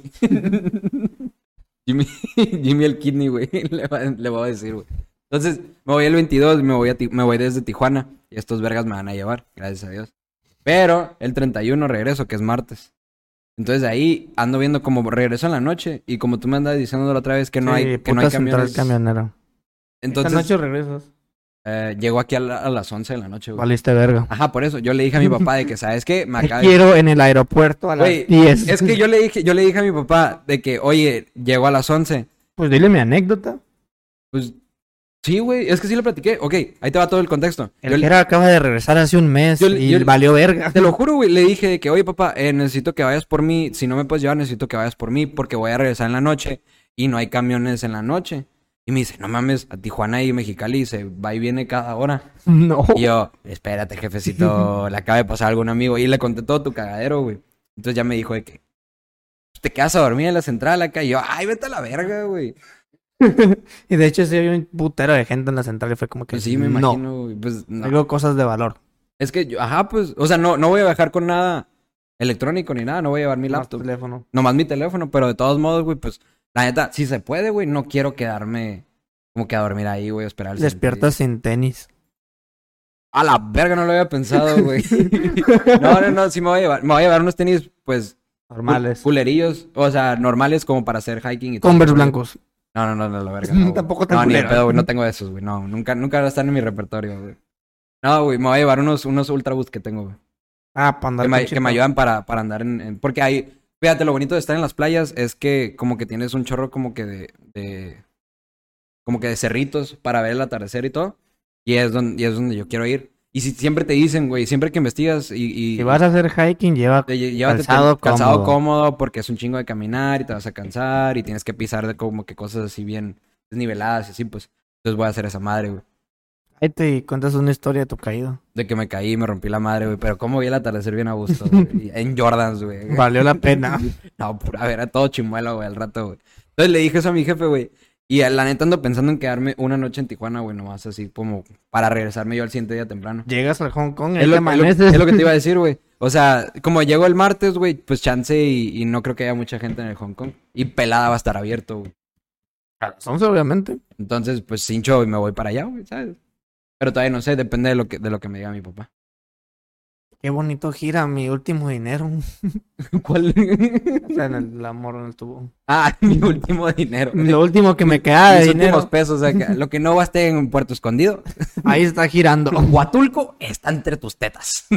Jimmy el kidney, güey. Le voy a decir, güey. Entonces, me voy el 22 y me voy desde Tijuana. Y estos vergas me van a llevar, gracias a Dios. Pero el 31 regreso, que es martes. Entonces ahí ando viendo como regreso en la noche. Y como tú me andas diciendo la otra vez que no hay puta central camiones. camionera. Entonces, Esta noche regresas. llego aquí a las 11 de la noche, güey. Valiste verga. Ajá, por eso. Yo le dije a mi papá de que, ¿sabes qué? Me Te acaba de... quiero en el aeropuerto a las Güey, 10. es que yo le dije a mi papá de que, oye, llego a las 11. Pues dile mi anécdota. Pues Sí, güey, es que sí lo platiqué. Ok, ahí te va todo el contexto. El Jera acaba de regresar hace un mes y valió verga. Te lo juro, güey, le dije de que, oye, papá, necesito que vayas por mí. Si no me puedes llevar, necesito que vayas por mí porque voy a regresar en la noche y no hay camiones en la noche. Y me dice, no mames, a Tijuana y Mexicali se va y viene cada hora. No. Y yo, espérate, jefecito, le acaba de pasar a algún amigo. Y le conté todo tu cagadero, güey. Entonces ya me dijo de que te quedas a dormir en la central acá. Y yo, ay, vete a la verga, güey. Y de hecho sí había un putero de gente en la central y fue como que Pues sí, me imagino, güey. Pues no. Algo cosas de valor. Es que yo, ajá, pues, o sea, no voy a viajar con nada electrónico ni nada, no voy a llevar mi Más laptop. teléfono. Nomás mi teléfono, pero de todos modos, güey, pues, la neta, si se puede, güey, no quiero quedarme como que a dormir ahí, güey, a esperar el Despiertas sin tenis. A la verga, no lo había pensado, güey. No, sí me voy a llevar. Me voy a llevar unos tenis, pues, Normales. culerillos, o sea, normales como para hacer hiking y todo. Converse blancos. No, la verga. No, Tampoco tan no, ni de culero. pedo, güey, no tengo esos, güey, no, nunca están en mi repertorio, güey. No, güey, me voy a llevar unos Ultra Boost que tengo, güey. Ah, para andar Que me ayudan para andar porque hay, fíjate, lo bonito de estar en las playas es que como que tienes un chorro como que como que de cerritos para ver el atardecer y todo. Y es donde yo quiero ir. Y si siempre te dicen, güey, siempre que investigas y si vas a hacer hiking, llévate calzado cómodo porque es un chingo de caminar y te vas a cansar y tienes que pisar de como que cosas así bien desniveladas y así, pues. Entonces voy a hacer esa madre, güey. Ahí te cuentas una historia de tu caído. De que me caí y me rompí la madre, güey. Pero cómo vi el atardecer bien a gusto, güey. En Jordans, güey. Valió la pena. No, a ver, era todo chimuelo, güey, al rato, güey. Entonces le dije eso a mi jefe, güey. Y la neta ando pensando en quedarme una noche en Tijuana, güey, nomás así como para regresarme yo al siguiente día temprano. Llegas al Hong Kong, Es lo que te iba a decir, güey. O sea, como llego el martes, güey, pues chance y no creo que haya mucha gente en el Hong Kong. Y pelada va a estar abierto, güey. A las 11, obviamente. Entonces, pues hincho y me voy para allá, güey, ¿sabes? Pero todavía no sé, depende de lo que me diga mi papá. Qué bonito gira mi último dinero. ¿Cuál? O sea, en el amor en el tubo. Ah, mi último dinero. Lo último que me queda de Mis dinero. últimos pesos, o sea, lo que no gasté en Puerto Escondido. Ahí está girando. Huatulco está entre tus tetas.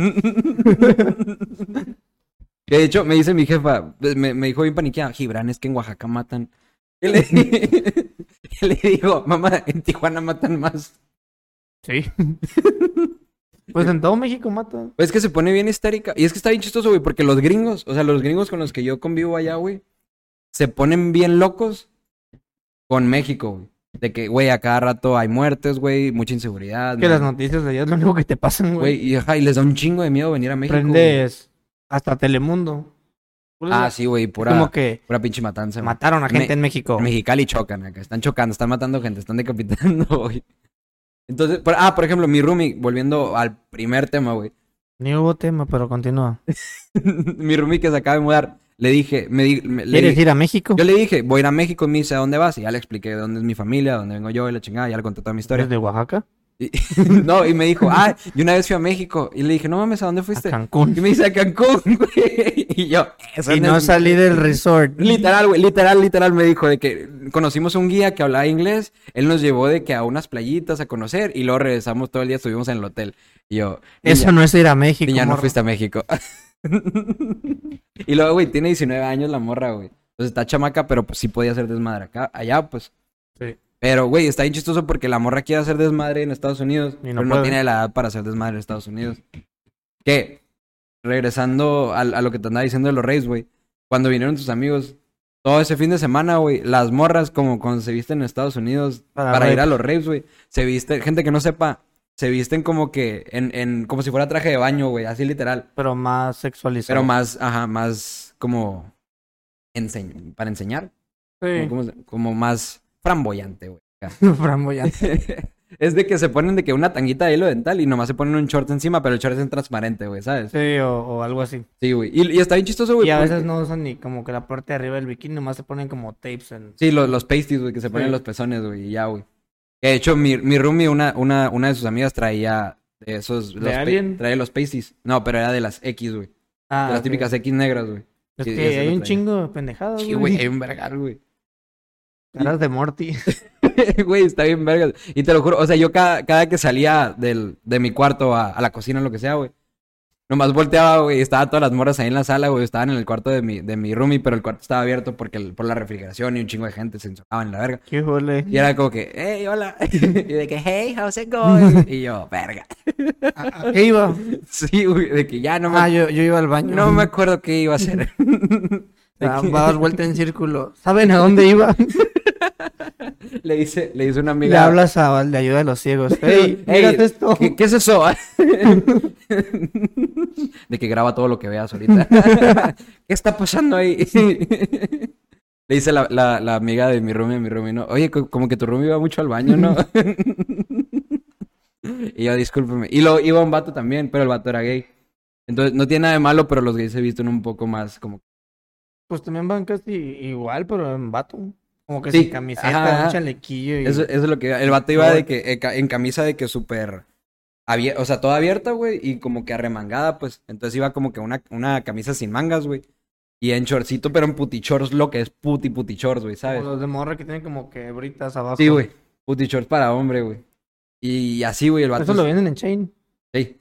De hecho, me dice mi jefa, me dijo bien paniqueada, Gibran, es que en Oaxaca matan. Y le digo, mamá, en Tijuana matan más. Sí. Pues en todo México mata. Pues es que se pone bien histérica. Y es que está bien chistoso, güey, porque los gringos, o sea, los gringos con los que yo convivo allá, güey, se ponen bien locos con México, güey. De que, güey, a cada rato hay muertes, güey, mucha inseguridad. Que las noticias de allá es lo único que te pasan, güey. Güey, y les da un chingo de miedo venir a México. Prendes hasta Telemundo. Ah, sí, güey, pura pinche matanza. Mataron a gente en México. En Mexicali chocan acá, están chocando, están matando gente, están decapitando, güey. Entonces, por ejemplo, mi roomie, volviendo al primer tema, güey. Ni hubo tema, pero continúa. Mi roomie que se acaba de mudar, le dije... ¿Quieres ir a México? Yo le dije, voy a ir a México, me dice, ¿a dónde vas? Y ya le expliqué dónde es mi familia, dónde vengo yo y la chingada, ya le conté toda mi historia. ¿Eres de Oaxaca? No, y me dijo, yo una vez fui a México. Y le dije, no mames, ¿a dónde fuiste? A Cancún. Y me dice, a Cancún, güey. Y yo, y no salí del resort. Literal, güey, literal me dijo de que conocimos un guía que hablaba inglés. Él nos llevó de que a unas playitas a conocer y luego regresamos todo el día, estuvimos en el hotel. Y yo, eso no es ir a México. Y ya no fuiste a México. Y luego, güey, tiene 19 años la morra, güey. Entonces está chamaca, pero pues sí podía hacer desmadre acá. Allá, pues. Sí. Pero, güey, está bien chistoso porque la morra quiere hacer desmadre en Estados Unidos, pero no tiene la edad para hacer desmadre en Estados Unidos. Que, regresando a lo que te andaba diciendo de los Raves, güey, cuando vinieron tus amigos, todo ese fin de semana, güey, las morras, como cuando se visten en Estados Unidos para ir a los Raves, güey, se visten, gente que no sepa, se visten como que como si fuera traje de baño, güey, así literal. Pero más sexualizado. Pero más como para enseñar. Sí. Como más framboyante, güey. Framboyante. Es de que se ponen de que una tanguita de hilo dental y nomás se ponen un short encima, pero el short es transparente, güey, ¿sabes? Sí, o algo así. Sí, güey. Y está bien chistoso, güey. Y a veces no usan ni como que la parte de arriba del bikini, nomás se ponen como tapes en... Sí, los pasties, güey, que se ponen en los pezones, güey, y ya, güey. De hecho, mi roomie, una de sus amigas traía de esos... Traía los pasties. No, pero era de las X, güey. De las típicas X negras, güey. Es que hay un chingo de pendejadas, güey. Sí, güey, hay un vergal, güey. Caras de Morty. Güey, está bien vergas. Y te lo juro, o sea, yo cada que salía de mi cuarto a la cocina o lo que sea, güey, Nomás volteaba, güey, y estaban todas las morras ahí en la sala, güey, estaban en el cuarto de mi roomie, pero el cuarto estaba abierto porque por la refrigeración y un chingo de gente se encerraban en la verga. Qué jole. Y era como que, hey, hola. Y de que, hey, how's it going? Y yo, verga. ¿A qué iba? Sí, güey, de que ya no me... Yo iba al baño. No me acuerdo qué iba a hacer. Va a dar vuelta en círculo. ¿Saben a dónde iba? Le dice una Le amiga... hablas al de ayuda a los ciegos. Hey, mira esto. ¿Qué es eso? De que graba todo lo que veas ahorita. ¿Qué está pasando ahí? Le dice la amiga de mi roomie, ¿no? Oye, como que tu roomie iba mucho al baño, ¿no? Y yo, discúlpeme. Y iba un vato también, pero el vato era gay. Entonces, no tiene nada de malo, pero los gays se visten un poco más como... Pues también van casi igual, pero en vato. Como que Sí, sin camiseta, ajá. un chalequillo. Y... Eso es lo que... El vato iba de que en camisa de que súper... O sea, toda abierta, güey, y como que arremangada, pues. Entonces iba como que una camisa sin mangas, güey. Y en shortcito, pero en puti shorts, lo que es puti shorts, güey, ¿sabes? Como los de morra que tienen como que britas abajo. Sí, güey. Puti shorts para hombre, güey. Y así, güey, el vato... Eso lo venden en Chain. Sí.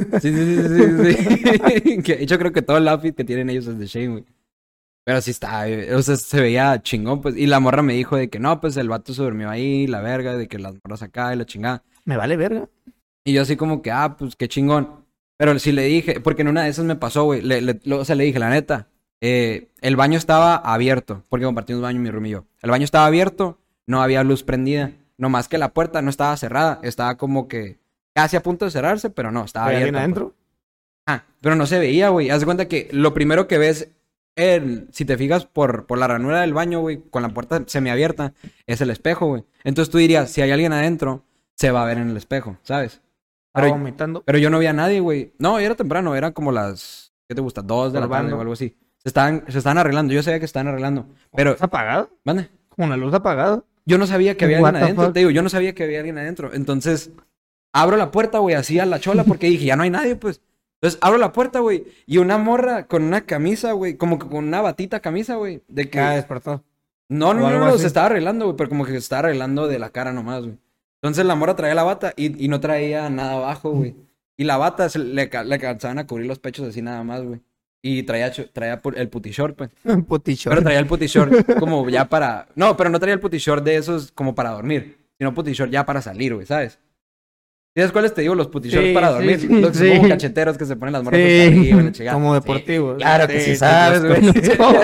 Sí. Que, de hecho, creo que todo el outfit que tienen ellos es de Shane, güey. Pero sí está, o sea, se veía chingón, pues. Y la morra me dijo de que no, pues el vato se durmió ahí, la verga, de que las morras acá y la chingada. Me vale verga. Y yo así como que, pues qué chingón. Pero sí le dije, porque en una de esas me pasó, güey. O sea, le dije, la neta, el baño estaba abierto, porque compartimos baño mi roomie y yo. El baño estaba abierto, no había luz prendida. Nomás que la puerta no estaba cerrada, estaba como que casi a punto de cerrarse, pero no, estaba ¿Hay abierta. alguien adentro? Pero no se veía, güey. Haz de cuenta que lo primero que ves, si te fijas por la ranura del baño, güey, con la puerta semiabierta, es el espejo, güey. Entonces tú dirías, si hay alguien adentro, se va a ver en el espejo, ¿sabes? Estaba vomitando. Pero yo no vi a nadie, güey. No, era temprano, eran como las, ¿qué te gusta? 2 de la tarde o algo así. Se estaban arreglando, yo sabía que estaban arreglando. Pero, ¿Está apagado? ¿mande? Con la luz apagada. Yo no sabía que había What alguien the adentro, fuck? te digo, yo no sabía que había alguien adentro. Entonces, abro la puerta, güey, así a la chola, porque dije, ya no hay nadie, pues. Entonces, abro la puerta, güey, y una morra con una camisa, güey, como que con una batita camisa, güey, de que... Despertó. No, o algo así. se estaba arreglando, güey, pero como que se estaba arreglando de la cara nomás, güey. Entonces, la morra traía la bata y no traía nada abajo, güey. Y la bata le alcanzaban a cubrir los pechos así nada más, güey. Y traía el puti short, pues. Puticho. Pero traía el puti short como ya para... No, pero no traía el puti short de esos como para dormir. Sino puti short ya para salir, güey, ¿sabes? ¿Sabes cuáles te digo? Los puti shorts Sí, para sí, dormir. sí, Los que son sí. como cacheteros que se ponen las morras Sí, hasta arriba y la chingada. como Sí, deportivos. claro que sí Sí, sabes, los güey.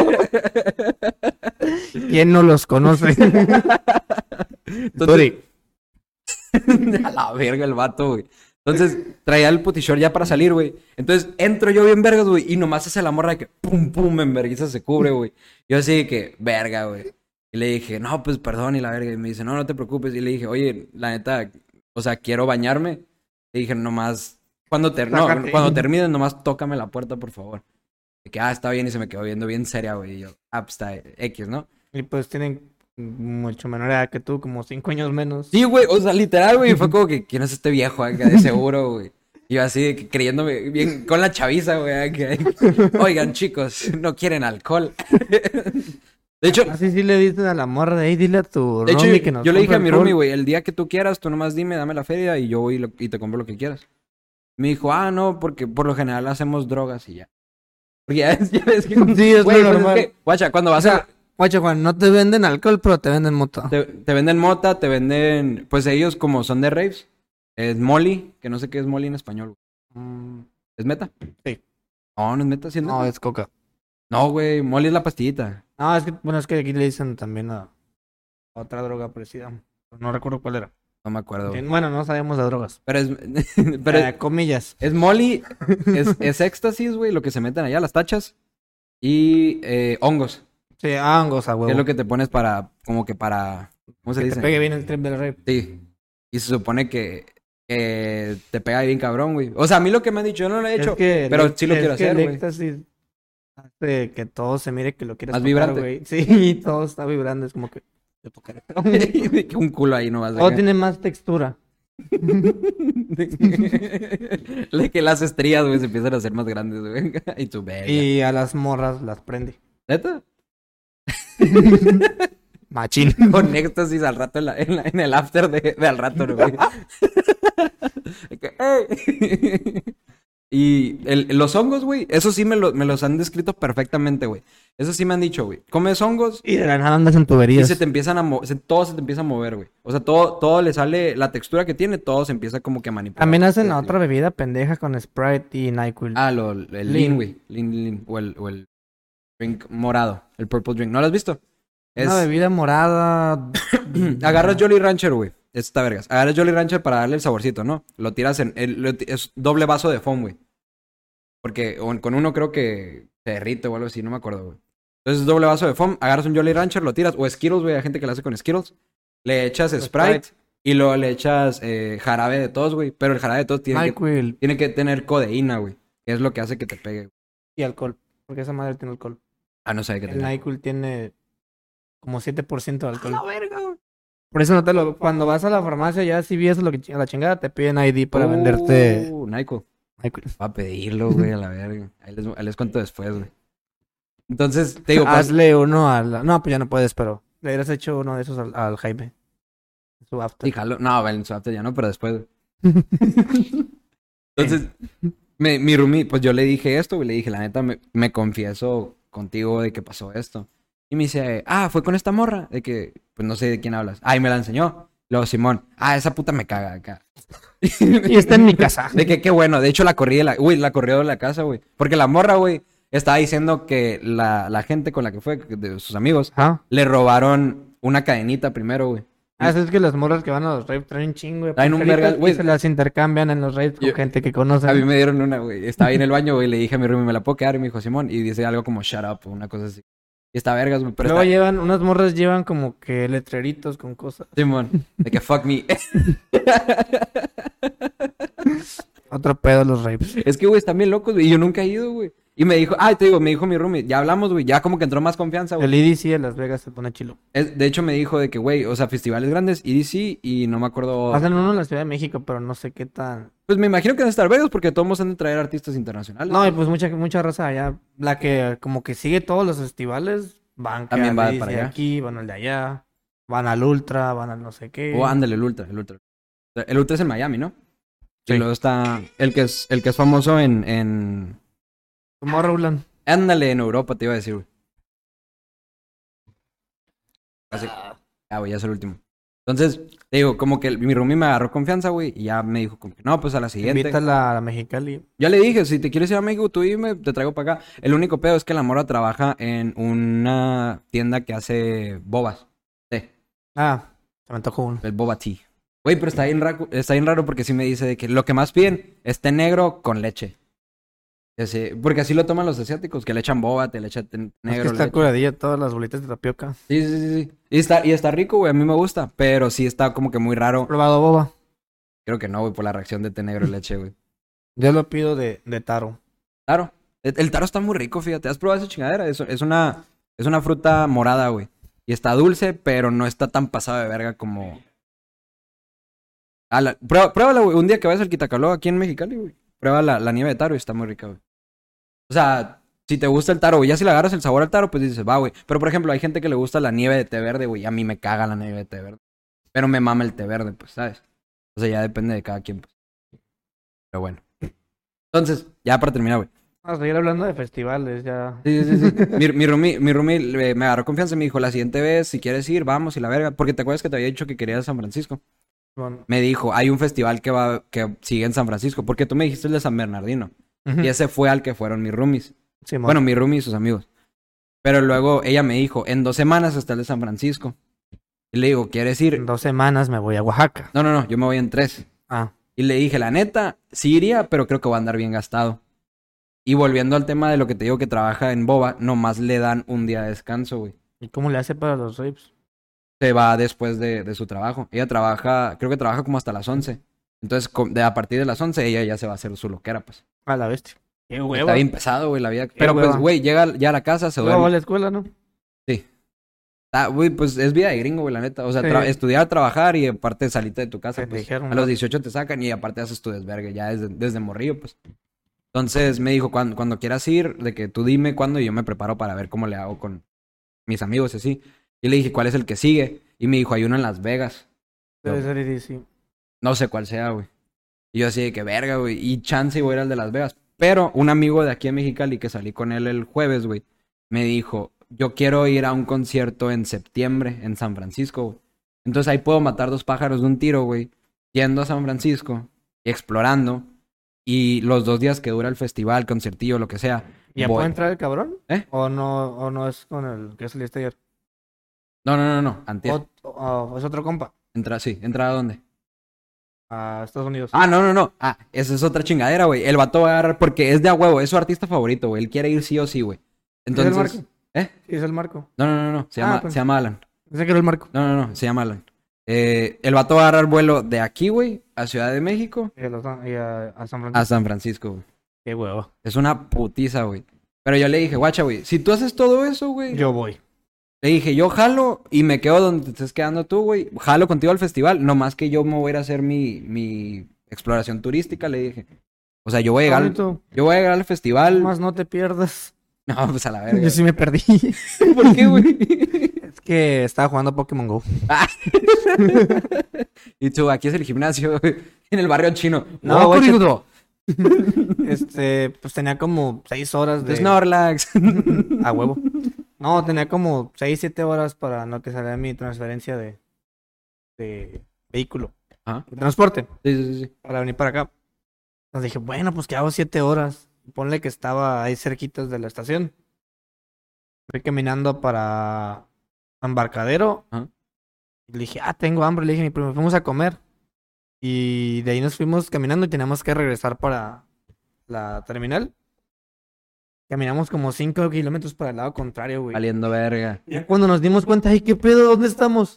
¿Quién no los conoce? Entonces, a la verga el vato, güey. Entonces, traía el puti short ya para salir, güey. Entonces, entro yo bien vergas, güey. Y nomás hace la morra de que pum, pum, en vergüenza se cubre, güey. Yo así de que, verga, güey. Y le dije, no, pues perdón, y la verga. Y me dice, no te preocupes. Y le dije, oye, la neta, o sea, quiero bañarme. Le dije, nomás, cuando termines, nomás tócame la puerta, por favor. Y que, está bien. Y se me quedó viendo bien seria, güey. Y yo, pues está X, ¿no? Y pues tienen mucho menor edad que tú, como 5 años menos. Sí, güey, o sea, literal, güey, fue como que, ¿quién es este viejo acá de seguro, güey? Y yo así, de que creyéndome bien con la chaviza, güey, oigan, chicos, no quieren alcohol. De hecho, Así sí le dicen a la morra de ahí, dile a tu de hecho, roomie que nos yo le dije a compre mi alcohol. roomie, güey, el día que tú quieras, tú nomás dime, dame la feria y yo voy y te compro lo que quieras. Me dijo, no, porque por lo general hacemos drogas y ya. Porque ya ves que... Sí, es güey, lo pues normal. es que, guacha, cuando vas O sea, guacho, Juan, no te venden alcohol, pero te venden moto. Te venden mota, te venden... Pues ellos como son de raves, es Molly, que no sé qué es Molly en español. ¿Es meta? Sí. No, no es meta, ¿sí es No, meta? es coca. No, güey, Molly es la pastillita. No, es que, bueno, es que aquí le dicen también a otra droga parecida. No recuerdo cuál era. No me acuerdo. güey. Bueno, no sabemos de drogas. Pero es... pero Comillas. es Molly, es éxtasis, güey, lo que se meten allá, las tachas. Y hongos, Sí, hongos a que huevo. es lo que te pones para... Como que para... ¿Cómo se Que dice? te pegue bien el trip del rap. Sí. Y se supone que te pega bien cabrón, güey. O sea, a mí lo que me han dicho, yo no lo he hecho, pero sí lo quiero hacer, el güey. éxtasis hace que todo se mire que lo quieres Más tocar, vibrante. güey. Sí, todo está vibrando. Es como que yo tocaré. Que un culo ahí nomás. Todo tiene más textura. Que las estrías, güey, se empiezan a hacer más grandes, güey. Y tu verga. Y a las morras las prende. ¿Neta? Machín. Con éxtasis al rato en el after de al rato, güey. De que, ¡ey! Y los hongos, güey, eso sí me los han descrito perfectamente, güey. Eso sí me han dicho, güey. Comes hongos Y de la nada andas en y tuberías. se te empiezan todo se te empieza a mover, güey. O sea, todo le sale, la textura que tiene, todo se empieza como que a manipular. También hacen la otra bebida pendeja con Sprite y NyQuil. Ah, el Lean. lean, güey. Lean. O el drink morado. El purple drink. ¿No lo has visto? Una bebida morada. Agarras Jolly Rancher, güey. Está vergas. Agarras Jolly Rancher para darle el saborcito, ¿no? Lo tiras es doble vaso de foam, güey. Porque con uno creo que se derrite o algo así, no me acuerdo, güey. Entonces, doble vaso de foam, agarras un Jolly Rancher, lo tiras. O Skittles, güey, hay gente que lo hace con Skittles. Le echas Sprite y luego le echas jarabe de tos, güey. Pero el jarabe de tos tiene que tener codeína, güey. Que es lo que hace que te pegue, güey. Y alcohol. Porque esa madre tiene alcohol. Ah, no sabía que El tenía. NyQuil tiene como 7% de alcohol. ¡A la verga, güey! Por eso cuando vas a la farmacia ya si ves lo que a la chingada te piden ID para venderte NyQuil. NyQuil. Va a pedirlo, güey, a la verga. Ahí les cuento después, güey. Entonces, te digo, hazle uno al... No, pues ya no puedes, pero le hubieras hecho uno de esos al Jaime. Su after. Díjalo. No, en su after ya no, pero después, güey. Entonces, mi roomie, pues yo le dije esto, güey. Le dije, la neta, me confieso contigo de que pasó esto. Y me dice, fue con esta morra. De que, pues no sé de quién hablas. Y me la enseñó. Luego, Simón, esa puta me caga acá. Y está en mi casa. De que qué bueno. De hecho, la corrió de la casa, güey. Porque la morra, güey, estaba diciendo que la gente con la que fue, de sus amigos, le robaron una cadenita primero, güey. Es que las morras que van a los raves traen un chingo de traen un verga, güey. Se las intercambian en los raves con gente que conocen. A mí me dieron una, güey. Estaba ahí en el baño, güey. Le dije a mi roomie, ¿me la puedo quedar? Y me dijo, Simón. Y dice algo como shut up o una cosa así. Y está vergas, güey. Pero luego unas morras llevan como que letreritos con cosas. Simón. De que fuck me. Otro pedo los raves. Es que, güey, están bien locos, güey. Y yo nunca he ido, güey. Y me dijo, me dijo mi roomie, ya hablamos, güey. Ya como que entró más confianza, güey. El EDC de Las Vegas se pone chilo. De hecho, me dijo de que, güey, o sea, festivales grandes, EDC, y no me acuerdo. Hacen uno en la Ciudad de México, pero no sé qué tan. Pues me imagino que en estar Vegas, porque todos han de traer artistas internacionales. No, y pues mucha raza allá. La que como que sigue todos los festivales, van que también va EDC para allá. Aquí, van al de allá, van al Ultra, van al no sé qué. Ándale, el Ultra. El Ultra es en Miami, ¿no? Sí. Y luego está el que es famoso en... Tomorrowland. Ándale, en Europa te iba a decir, güey. Así. Güey, ya es el último. Entonces, te digo, como que mi roomie me agarró confianza, güey, y ya me dijo como que no, pues a la siguiente. Invítala a la Mexicali. Ya le dije, si te quieres ir a México, tú dime, te traigo para acá. El único pedo es que la mora trabaja en una tienda que hace bobas. Sí. Se me antojó uno. El boba tea. Güey, pero está bien raro porque sí me dice de que lo que más piden es té negro con leche. Porque así lo toman los asiáticos, que le echan boba, te le echan té negro. Es que está curadilla todas las bolitas de tapioca. Sí. Y está rico, güey, a mí me gusta, pero sí está como que muy raro. ¿Probado boba? Creo que no, güey, por la reacción de té negro y leche, güey. Yo lo pido de taro. Taro. El taro está muy rico, fíjate. ¿Has probado esa chingadera? Es una fruta morada, güey. Y está dulce, pero no está tan pasada de verga como... Pruébala, güey. Un día que vayas al Quitacaló aquí en Mexicali, güey. Prueba la nieve de taro y está muy rica, güey. O sea, si te gusta el taro, güey. Ya si le agarras el sabor al taro, pues dices, va, güey. Pero, por ejemplo, hay gente que le gusta la nieve de té verde, güey. A mí me caga la nieve de té verde. Pero me mama el té verde, pues, ¿sabes? O sea, ya depende de cada quien, pues. Pero bueno. Entonces, ya para terminar, güey. A seguir hablando de festivales, ya. Sí. Mi roomie me agarró confianza y me dijo, la siguiente vez, si quieres ir, vamos y la verga. Porque te acuerdas que te había dicho que quería ir a San Francisco. Bueno. Me dijo, hay un festival que sigue en San Francisco. Porque tú me dijiste el de San Bernardino. Uh-huh. Y ese fue al que fueron mis roomies. Sí, bueno, mi roomie y sus amigos. Pero luego ella me dijo, en 2 semanas está el de San Francisco. Y le digo, ¿quieres ir? En 2 semanas me voy a Oaxaca. No, yo me voy en 3. Y le dije, la neta, sí iría, pero creo que voy a andar bien gastado. Y volviendo al tema de lo que te digo que trabaja en Boba, nomás le dan un día de descanso, güey. ¿Y cómo le hace para los raves? Se va después de su trabajo. Ella creo que trabaja como hasta las 11. Entonces, a partir de las 11, ella ya se va a hacer su loquera, pues. A la bestia. Qué hueva. Está bien pesado, güey, la vida. Pero pues, güey, llega ya a la casa, se duerme. Luego va a la escuela, ¿no? Sí. Güey, pues es vida de gringo, güey, la neta. O sea, estudiar, trabajar y aparte salirte de tu casa. Pues, dijeron, a los 18 te sacan y aparte haces tu desvergue ya desde morrillo, pues. Entonces me dijo, cuando quieras ir, de que tú dime cuándo y yo me preparo para ver cómo le hago con mis amigos y así. Y le dije, ¿cuál es el que sigue? Y me dijo, hay uno en Las Vegas. Debe ser EDC. No sé cuál sea, güey. Y yo así de que verga, güey. Y chance y voy a ir al de Las Vegas. Pero un amigo de aquí en Mexicali que salí con él el jueves, güey, me dijo, yo quiero ir a un concierto en septiembre en San Francisco, güey. Entonces ahí puedo matar 2 pájaros de un tiro, güey, yendo a San Francisco y explorando. Y los 2 días que dura el festival, conciertillo, lo que sea, ¿Ya voy. puede entrar el cabrón? ¿Eh? ¿O no es con el que saliste ayer? No, antier. ¿O es otro compa? ¿Entra a dónde? A Estados Unidos. No. Esa es otra chingadera, güey. El vato va a agarrar porque es de a huevo, es su artista favorito, güey. Él quiere ir sí o sí, güey. Entonces, ¿Es el Marco? ¿eh? Sí, es el Marco. No. Se llama Alan. Pensé que era el Marco. No, se llama Alan. El vato va a agarrar vuelo de aquí, güey, a Ciudad de México, Y a San Francisco. a San Francisco, güey. Qué huevo. Es una putiza, güey. Pero yo le dije, guacha, güey, si tú haces todo eso, güey. Yo voy. Le dije, yo jalo y me quedo donde te estés quedando tú, güey. Jalo contigo al festival, nomás que yo me voy a ir a hacer mi exploración turística, le dije. O sea, yo voy a llegar al festival. Más no te pierdas. No, pues a la verga. Yo sí me perdí. ¿Por qué, güey? Es que estaba jugando Pokémon Go. Y tú, aquí es el gimnasio, en el barrio chino. No, guacha, Kurido. Pues tenía como 6 horas de... Snorlax. A huevo. No, tenía como 6, 7 horas para lo que salía mi transferencia de vehículo. Ajá. De transporte. Sí. Para venir para acá. Entonces dije, bueno, pues que hago 7 horas. Ponle que estaba ahí cerquitas de la estación. Fui caminando para Embarcadero. Ajá. Y le dije, tengo hambre. Le dije, mi primo, fuimos a comer. Y de ahí nos fuimos caminando y teníamos que regresar para la terminal. Caminamos como 5 kilómetros para el lado contrario, güey. Valiendo verga. Ya cuando nos dimos cuenta, ay, ¿qué pedo? ¿Dónde estamos?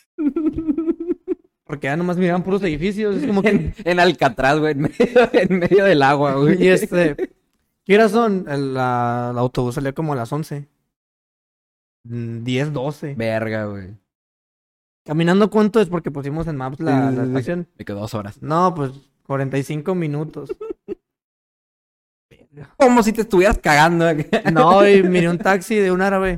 Porque ya nomás miraban puros edificios. Es como que... En Alcatraz, güey, en medio del agua, güey. Y ¿qué horas son? El autobús salió como a las 11. 10, 12. Verga, güey. ¿Caminando cuánto es? Porque pusimos en Maps la estación. Me quedó 2 horas. No, pues 45 minutos. Como si te estuvieras cagando. No, y miré un taxi de un árabe.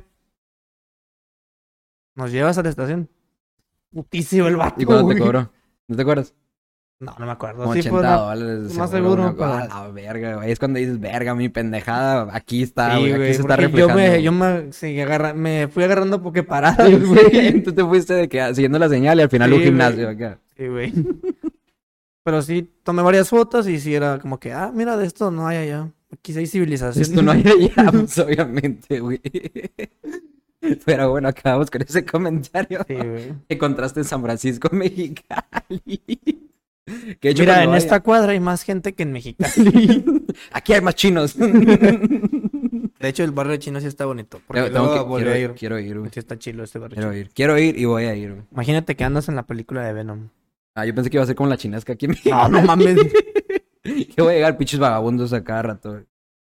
Nos llevas a la estación. Putísimo el vato. ¿Y cuándo te güey. cobró? ¿No te acuerdas? No me acuerdo. Como Sí, 80 fue dólares. más seguro. A la verga, güey. Es cuando dices, verga, mi pendejada. Aquí está, Sí, güey. Aquí se está porque reflejando. yo me fui agarrando porque paradas, güey. Tú te fuiste de que siguiendo la señal y al final Sí, un gimnasio güey. acá. Sí, güey. Pero sí, tomé varias fotos y sí era como que, mira, de esto no hay allá. Aquí sí hay civilización. Esto no hay allá, pues, obviamente, güey. Pero bueno, acabamos con ese comentario. Sí, güey. Que contraste en San Francisco, Mexicali. Que de hecho, Mira, cuando en vaya- esta cuadra hay más gente que en Mexicali. Aquí hay más chinos. De hecho, el barrio chino sí está bonito. Porque luego volví a ir. Quiero ir, güey. Sí está chido este barrio Quiero chino. ir. Quiero ir y voy a ir, güey. Imagínate que andas en la película de Venom. Yo pensé que iba a ser como la chinesca aquí en México. No mames. Que voy a llegar pinches vagabundos a cada rato, güey.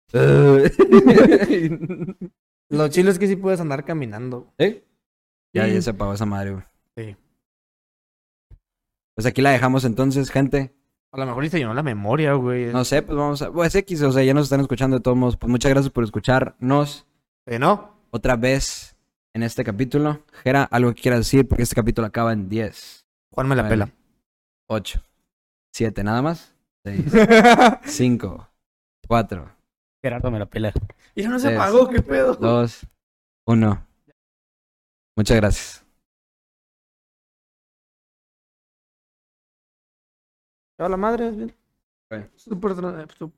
Lo chido es que sí puedes andar caminando. ¿Eh? Ya Sí. se apagó esa madre, güey. Sí. Pues aquí la dejamos entonces, gente. A lo mejor se llenó la memoria, güey. No sé, pues vamos a... Pues X, o sea, ya nos están escuchando de todos modos. Pues muchas gracias por escucharnos ¿No? otra vez en este capítulo. Jera, algo que quieras decir, porque este capítulo acaba en 10, Juan me la 9, pela. 8, 7, nada más. 6, 5, 4, Gerardo me la pela. Y ya no se Tres. apagó, ¿qué pedo? 2, 1. Muchas gracias. A la madre. Ok. Súper